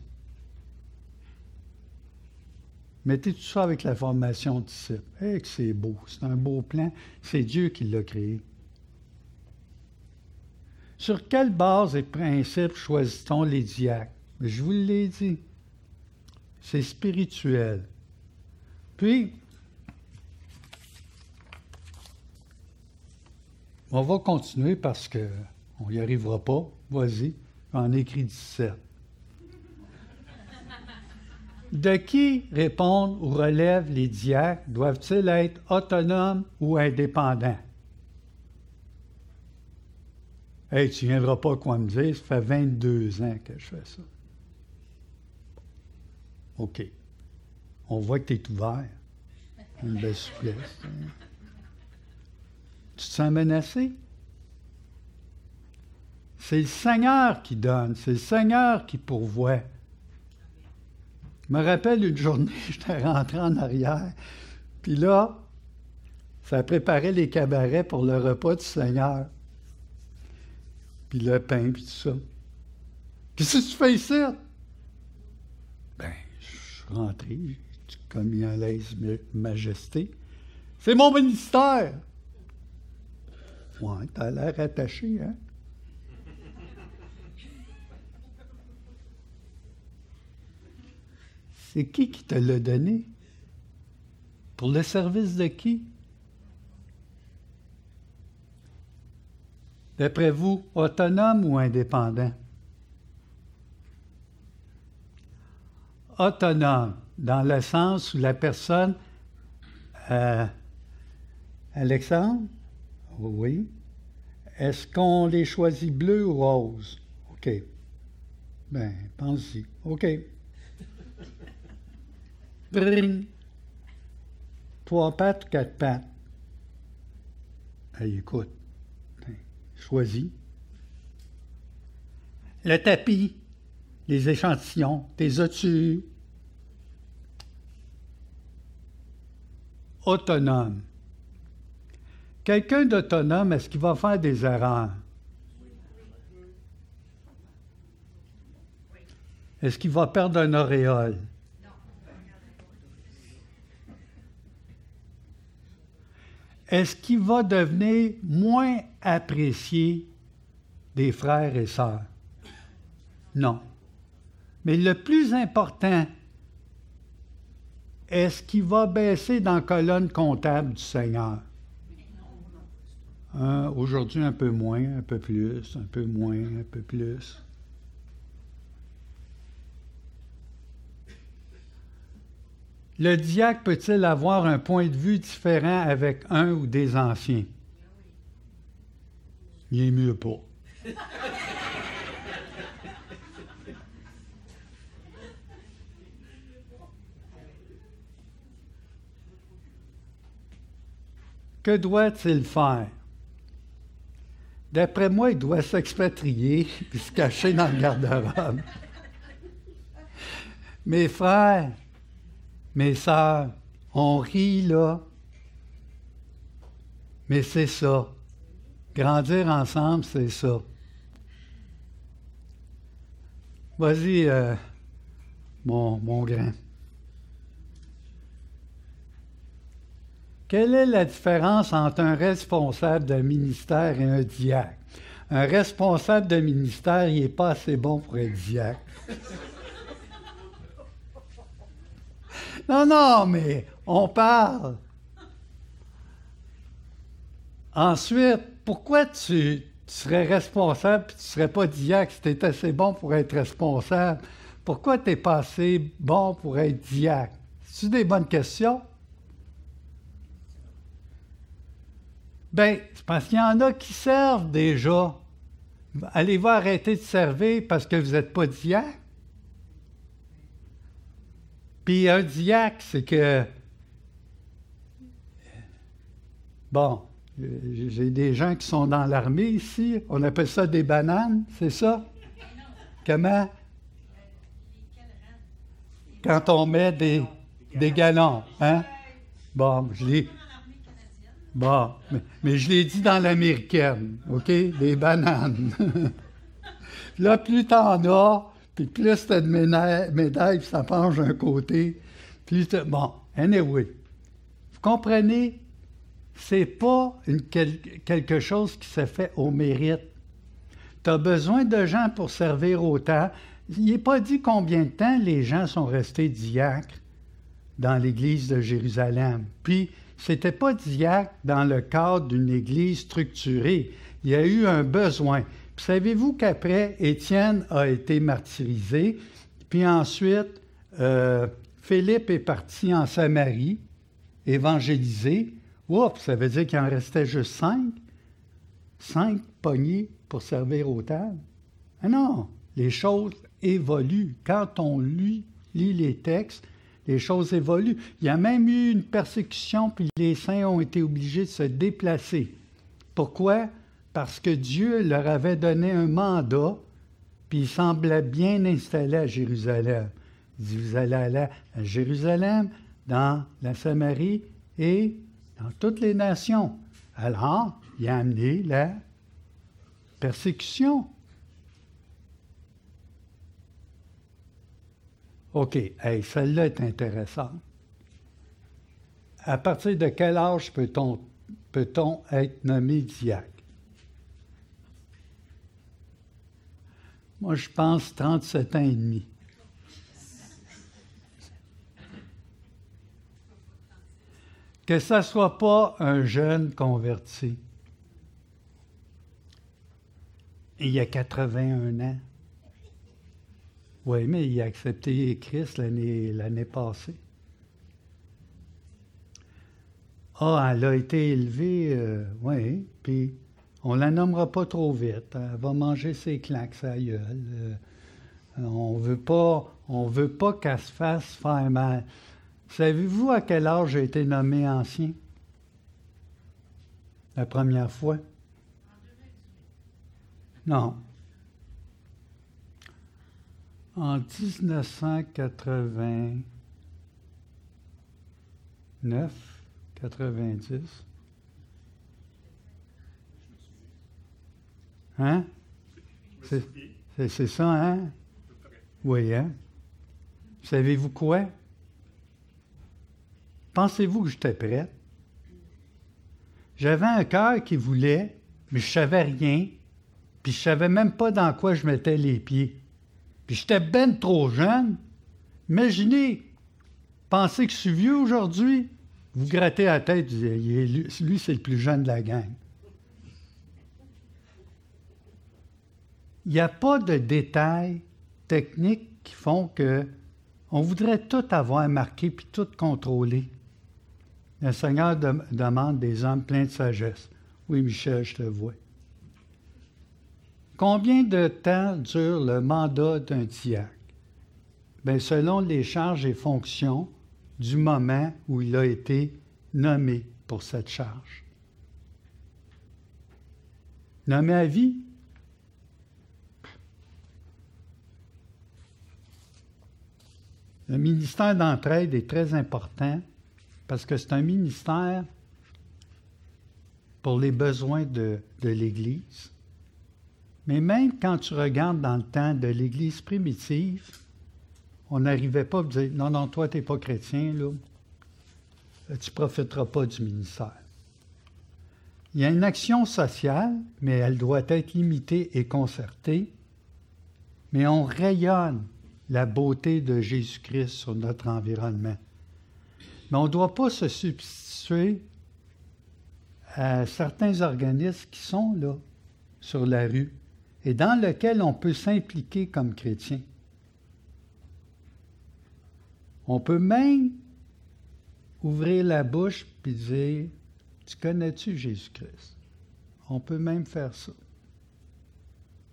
Mettez tout ça avec la formation de disciple. Eh, que c'est beau, c'est un beau plan, c'est Dieu qui l'a créé. Sur quelle base et principes choisit-on les diacres? Je vous l'ai dit, c'est spirituel. Puis, on va continuer parce qu'on n'y arrivera pas. Vas-y, j'en ai écrit 17. De qui répondent ou relèvent les diacres? Doivent-ils être autonomes ou indépendants? Hey, tu ne viendras pas quoi me dire, ça fait 22 ans que je fais ça. OK. On voit que tu es ouvert. Une belle souplesse. Tu te sens menacé? C'est le Seigneur qui donne, c'est le Seigneur qui pourvoit. Je me rappelle une journée, j'étais rentré en arrière, puis là, ça préparait les cabarets pour le repas du Seigneur. Puis le pain, puis tout ça. Qu'est-ce que tu fais ici? Ben, je suis rentré, j'ai commis en l'aise majesté. C'est mon ministère! Ouais, t'as l'air attaché, hein? C'est qui te l'a donné? Pour le service de qui? D'après vous, autonome ou indépendant? Autonome, dans le sens où la personne... Alexandre? Oui. Est-ce qu'on les choisit bleus ou roses? OK. Ben, pense-y. OK. Bring. 3 pattes ou 4 pattes? Hey, écoute. Choisis. Le tapis, les échantillons, tes as-tu? Autonome. Quelqu'un d'autonome, est-ce qu'il va faire des erreurs? Est-ce qu'il va perdre un auréole? Est-ce qu'il va devenir moins apprécié des frères et sœurs? Non. Mais le plus important, est-ce qu'il va baisser dans la colonne comptable du Seigneur? Aujourd'hui, un peu moins, un peu plus, un peu moins, un peu plus. Le diacre peut-il avoir un point de vue différent avec un ou des anciens? Il est mieux pas. Que doit-il faire? D'après moi, il doit s'expatrier et se cacher dans le garde-robe. Mes frères, mes sœurs, on rit là, mais c'est ça. Grandir ensemble, c'est ça. Vas-y, mon grand. Quelle est la différence entre un responsable de ministère et un diacre? Un responsable de ministère, il n'est pas assez bon pour être diacre. Non, mais on parle. Ensuite, pourquoi tu serais responsable et tu ne serais pas diacre si tu es assez bon pour être responsable? Pourquoi tu n'es pas assez bon pour être diacre? C'est-tu des bonnes questions? Bien, c'est parce qu'il y en a qui servent déjà. Allez-vous arrêter de servir parce que vous n'êtes pas diacre? Puis un diacre, c'est que... Bon, j'ai des gens qui sont dans l'armée ici. On appelle ça des bananes, c'est ça? Comment? Quand on met des galons, hein? Bon, Bon, mais je l'ai dit dans l'américaine, OK? Des bananes. Là, plus t'en as, puis plus t'as de médailles, puis ça penche d'un côté, plus t'as... Bon, anyway. Vous comprenez? C'est pas quelque chose qui se fait au mérite. Tu as besoin de gens pour servir autant. Il n'est pas dit combien de temps les gens sont restés diacres dans l'Église de Jérusalem. Puis, c'était pas diacre dans le cadre d'une Église structurée. Il y a eu un besoin. Puis, savez-vous qu'après, Étienne a été martyrisé, puis ensuite, Philippe est parti en Samarie, évangéliser. Oups, ça veut dire qu'il en restait juste 5. 5 poignées pour servir aux tables. Ah non, les choses évoluent. Quand on lit les textes, les choses évoluent. Il y a même eu une persécution, puis les saints ont été obligés de se déplacer. Pourquoi? Parce que Dieu leur avait donné un mandat, puis il semblait bien installé à Jérusalem. Il dit, vous allez aller à Jérusalem, dans la Samarie et dans toutes les nations. Alors, il a amené la persécution. OK, hey, celle-là est intéressante. À partir de quel âge peut-on être nommé diacre? Moi, je pense 37 ans et demi. Que ça ne soit pas un jeune converti. Il y a 81 ans. Oui, mais il a accepté Christ l'année passée. Ah, elle a été élevée, oui, puis on ne la nommera pas trop vite. Elle va manger ses claques, sa gueule. On veut pas qu'elle se fasse faire mal. Savez-vous à quel âge j'ai été nommé ancien? La première fois? Non. En 1989, 90. Hein? C'est ça, hein? Oui, hein? Savez-vous quoi? Pensez-vous que j'étais prête? J'avais un cœur qui voulait, mais je ne savais rien, puis je ne savais même pas dans quoi je mettais les pieds. Puis j'étais ben trop jeune. Imaginez, pensez que je suis vieux aujourd'hui, vous grattez la tête, vous dites, lui, c'est le plus jeune de la gang. Il n'y a pas de détails techniques qui font que on voudrait tout avoir marqué puis tout contrôler. Le Seigneur demande des hommes pleins de sagesse. Oui, Michel, je te vois. Combien de temps dure le mandat d'un diacre? Bien, selon les charges et fonctions du moment où il a été nommé pour cette charge. Nommé à vie? Le ministère d'entraide est très important parce que c'est un ministère pour les besoins de l'Église. Mais même quand tu regardes dans le temps de l'Église primitive, on n'arrivait pas à dire « Non, non, toi, tu n'es pas chrétien, là. Tu ne profiteras pas du ministère. » Il y a une action sociale, mais elle doit être limitée et concertée. Mais on rayonne la beauté de Jésus-Christ sur notre environnement. Mais on ne doit pas se substituer à certains organismes qui sont là, sur la rue, et dans lesquels on peut s'impliquer comme chrétien. On peut même ouvrir la bouche et dire « Tu connais-tu Jésus-Christ? » On peut même faire ça.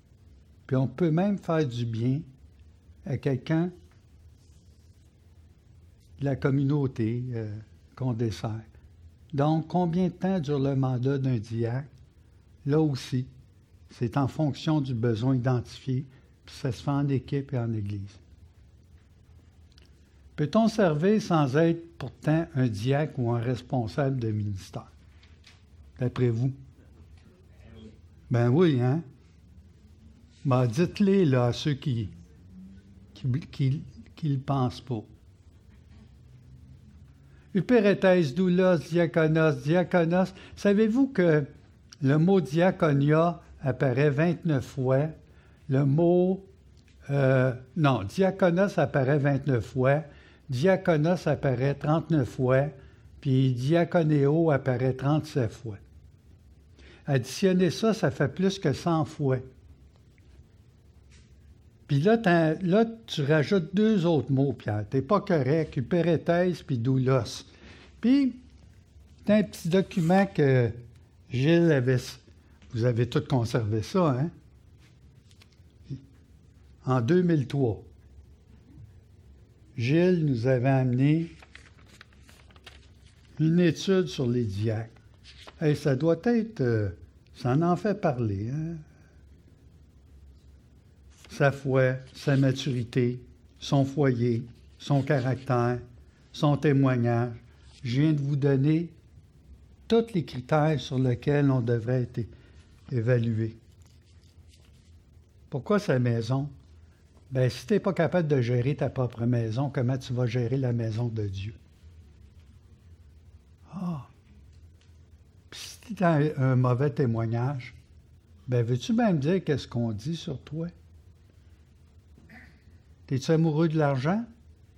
Puis on peut même faire du bien à quelqu'un de la communauté qu'on dessert. Donc, combien de temps dure le mandat d'un diacre? Là aussi, c'est en fonction du besoin identifié, puis ça se fait en équipe et en Église. Peut-on servir sans être pourtant un diacre ou un responsable de ministère? D'après vous? Ben oui, hein? Ben, dites-les là à ceux qui le pensent pas. Upéréthèse, doulos, diaconos. Savez-vous que le mot diaconia apparaît 29 fois? Le mot... diaconos apparaît 29 fois. Diaconos apparaît 39 fois. Puis diaconéo apparaît 37 fois. Additionnez ça, ça fait plus que 100 fois. Puis là, tu rajoutes 2 autres mots, Pierre. T'es pas correct. Upéréthèse puis doulos. Puis, c'est un petit document que Gilles avait... Vous avez tous conservé ça, hein? En 2003. Gilles nous avait amené une étude sur les diacres. Hey, ça doit être... ça en fait parler, hein? Sa foi, sa maturité, son foyer, son caractère, son témoignage. Je viens de vous donner tous les critères sur lesquels on devrait être évalué. Pourquoi sa maison? Bien, si tu n'es pas capable de gérer ta propre maison, comment tu vas gérer la maison de Dieu? Puis si tu as un mauvais témoignage, bien, veux-tu bien me dire qu'est-ce qu'on dit sur toi? Es-tu amoureux de l'argent?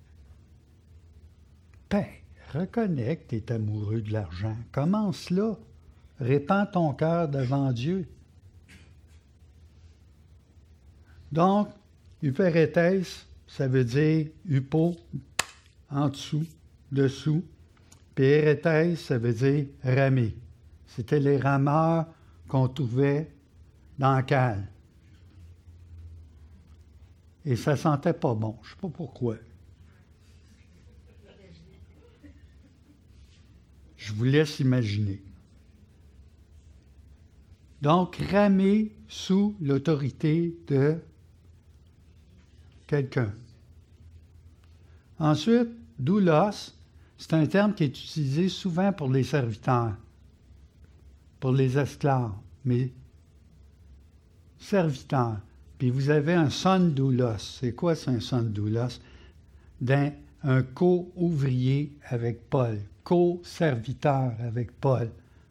Ben, reconnais que tu es amoureux de l'argent. Commence là. Répands ton cœur devant Dieu. Donc, upéréthèse, ça veut dire upo, en dessous, dessous. Puis éréthèse, ça veut dire ramer. C'était les rameurs qu'on trouvait dans la cale. Et ça sentait pas bon. Je ne sais pas pourquoi. Je vous laisse imaginer. Donc, ramer sous l'autorité de quelqu'un. Ensuite, doulos, c'est un terme qui est utilisé souvent pour les serviteurs, pour les esclaves, mais serviteurs. Puis vous avez un son doulos. C'est quoi c'est un son doulos? Un co-ouvrier avec Paul, co-serviteur avec Paul.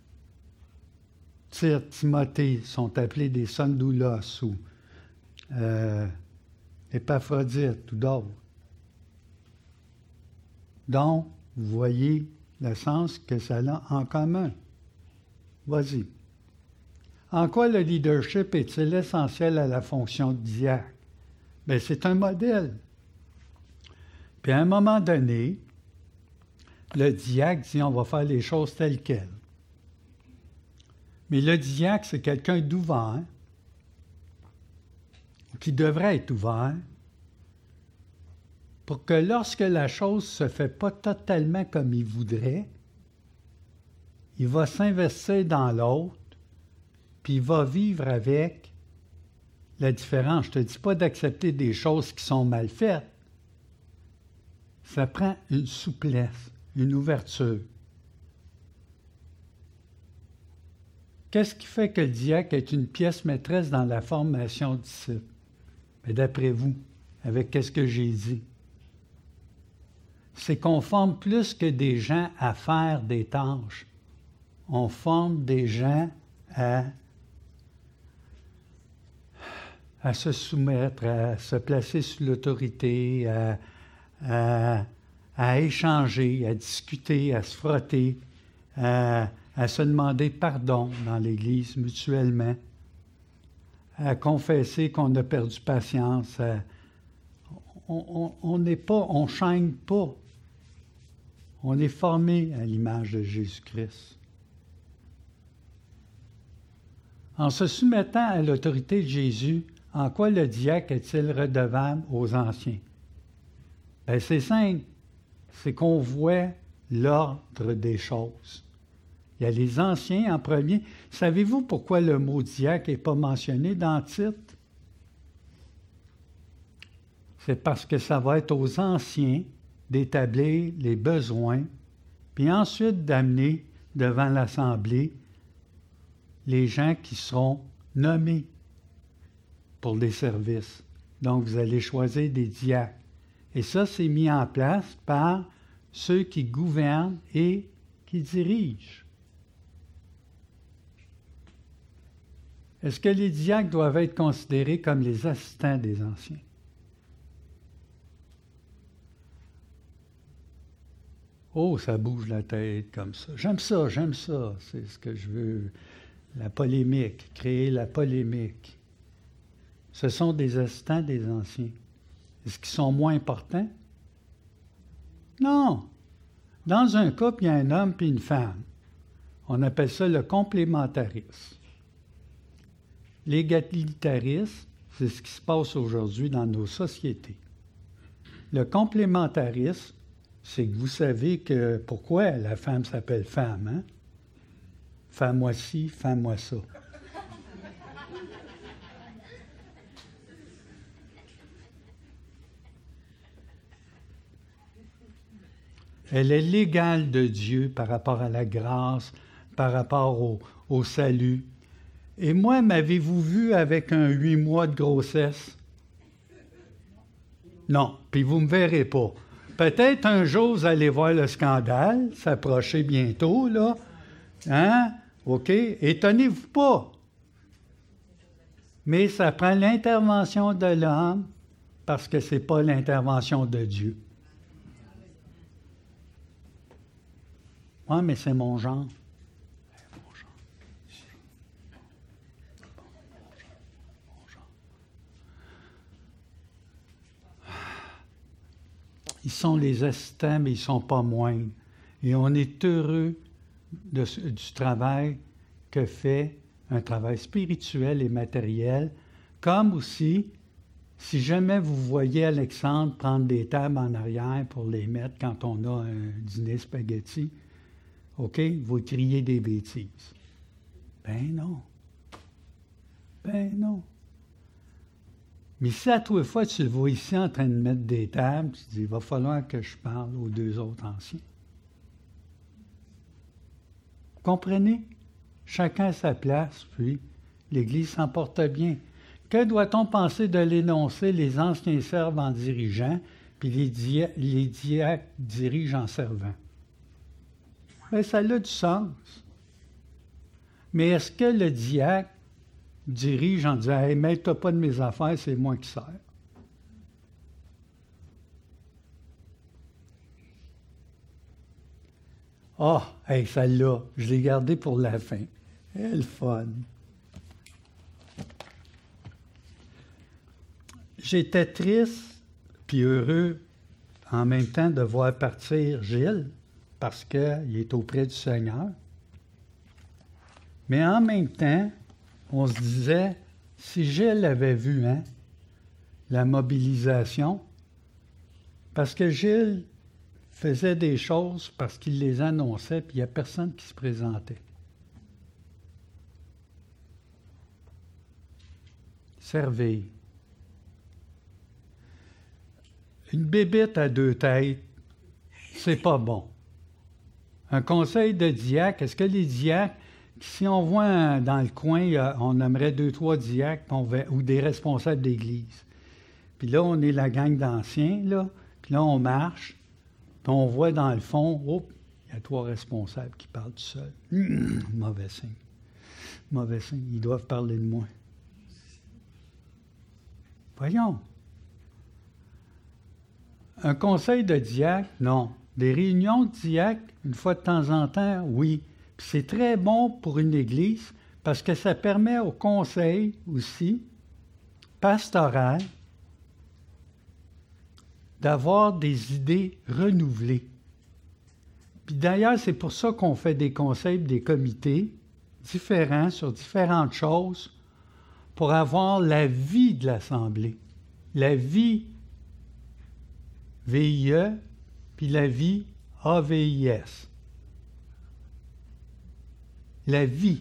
Tite, Timothée sont appelés des son doulos ou Épaphrodite ou d'autres. Donc, vous voyez le sens que ça a en commun. Vas-y. En quoi le leadership est-il essentiel à la fonction de diacre? Bien, c'est un modèle. Puis à un moment donné, le diacre dit on va faire les choses telles quelles. Mais le diacre, c'est quelqu'un d'ouvert, qui devrait être ouvert, pour que lorsque la chose ne se fait pas totalement comme il voudrait, il va s'investir dans l'autre, puis il va vivre avec la différence. Je ne te dis pas d'accepter des choses qui sont mal faites. Ça prend une souplesse, une ouverture. Qu'est-ce qui fait que le diacre est une pièce maîtresse dans la formation de disciples? Mais d'après vous, avec qu'est-ce que j'ai dit? C'est qu'on forme plus que des gens à faire des tâches. On forme des gens à se soumettre, à se placer sous l'autorité, à échanger, à discuter, à se frotter, à se demander pardon dans l'Église mutuellement, à confesser qu'on a perdu patience. On n'est pas, on ne chaîne pas. On est formé à l'image de Jésus-Christ. En se soumettant à l'autorité de Jésus, en quoi le diacre est-il redevable aux anciens? Bien, c'est simple. C'est qu'on voit l'ordre des choses. Il y a les anciens en premier. Savez-vous pourquoi le mot diacre n'est pas mentionné dans le titre? C'est parce que ça va être aux anciens d'établir les besoins, puis ensuite d'amener devant l'Assemblée les gens qui seront nommés pour des services. Donc, vous allez choisir des diacres. Et ça, c'est mis en place par ceux qui gouvernent et qui dirigent. Est-ce que les diacres doivent être considérés comme les assistants des anciens? Oh, ça bouge la tête comme ça. J'aime ça, c'est ce que je veux. La polémique, créer la polémique. Ce sont des assistants des anciens. Est-ce qu'ils sont moins importants? Non. Dans un couple, il y a un homme et une femme. On appelle ça le complémentarisme. L'égalitarisme, c'est ce qui se passe aujourd'hui dans nos sociétés. Le complémentarisme, c'est que vous savez que pourquoi la femme s'appelle femme, hein? Femme-moi ci, femme-moi ça. Elle est l'égale de Dieu par rapport à la grâce, par rapport au salut. Et moi, m'avez-vous vu avec un 8 mois de grossesse? Non, puis vous ne me verrez pas. Peut-être un jour, vous allez voir le scandale s'approcher bientôt, là. Hein? OK? Étonnez-vous pas. Mais ça prend l'intervention de l'homme parce que ce n'est pas l'intervention de Dieu. Oui, mais c'est mon genre. Ils sont les assistants, mais ils ne sont pas moindres. Et on est heureux du travail que fait un travail spirituel et matériel, comme aussi, si jamais vous voyez Alexandre prendre des tables en arrière pour les mettre quand on a un dîner spaghetti, OK, vous criez des bêtises. Ben non. Ben non. Mais si à toi fois tu le vois ici en train de mettre des tables, tu dis, il va falloir que je parle aux deux autres anciens. Vous comprenez? Chacun à sa place, puis l'Église s'en porte bien. Que doit-on penser de l'énoncé, les anciens servent en dirigeant, puis les diacres dirigent en servant? Bien, ça a du sens. Mais est-ce que le diacre dirige en disant « Hey, mêle-toi pas de mes affaires, c'est moi qui sers. » Ah, hey, celle-là, je l'ai gardée pour la fin. Elle fun. J'étais triste puis heureux en même temps de voir partir Gilles parce qu'il est auprès du Seigneur. Mais en même temps, on se disait, si Gilles avait vu la mobilisation, parce que Gilles faisait des choses parce qu'il les annonçait, puis il n'y a personne qui se présentait. Servez. Une bébite à deux têtes, c'est pas bon. Un conseil de diacre, est-ce que les diacres, si on voit dans le coin, on aimerait 2-3 diacres ou des responsables d'église. Puis là, on est la gang d'anciens, là. Puis là, on marche. Puis on voit dans le fond, il y a 3 responsables qui parlent tout seuls. Mauvais signe. Mauvais signe. Ils doivent parler de moi. Voyons. Un conseil de diacre, non. Des réunions de diacre, une fois de temps en temps, oui. Puis c'est très bon pour une église parce que ça permet au conseil aussi, pastoral, d'avoir des idées renouvelées. Puis d'ailleurs, c'est pour ça qu'on fait des conseils, des comités différents sur différentes choses pour avoir la vie de l'Assemblée. La vie VIE, puis la vie AVIS. La vie.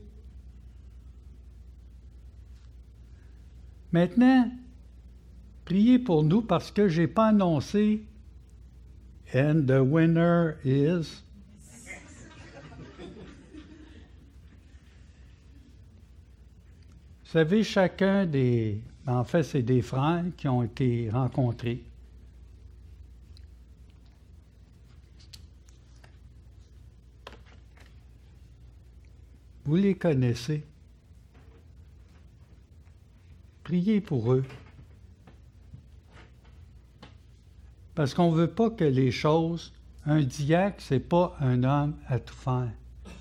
Maintenant, priez pour nous parce que je n'ai pas annoncé « And the winner is... » Vous savez, chacun des... En fait, c'est des frères qui ont été rencontrés. Vous les connaissez. Priez pour eux. Parce qu'on ne veut pas que les choses... Un diacre, ce n'est pas un homme à tout faire.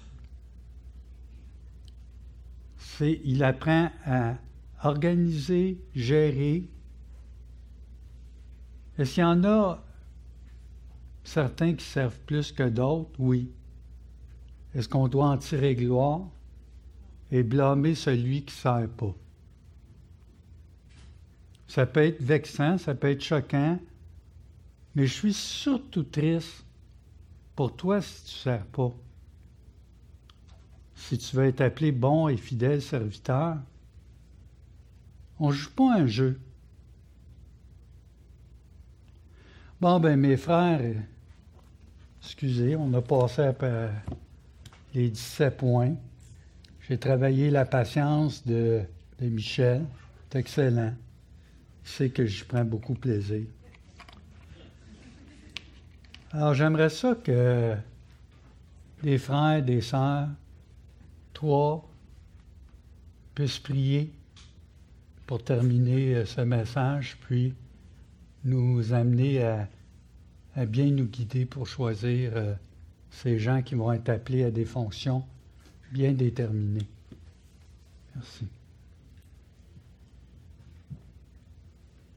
Il apprend à organiser, gérer. Est-ce qu'il y en a certains qui servent plus que d'autres? Oui. Est-ce qu'on doit en tirer gloire et blâmer celui qui ne sert pas? Ça peut être vexant, ça peut être choquant, mais je suis surtout triste pour toi si tu ne sers pas. Si tu veux être appelé bon et fidèle serviteur, on ne joue pas un jeu. Bon, ben mes frères, excusez, on a passé après les 17 points. J'ai travaillé la patience de Michel. C'est excellent. Il sait que j'y prends beaucoup plaisir. Alors, j'aimerais ça que des frères, des sœurs, toi, puissent prier pour terminer ce message, puis nous amener à bien nous guider pour choisir ces gens qui vont être appelés à des fonctions bien déterminées.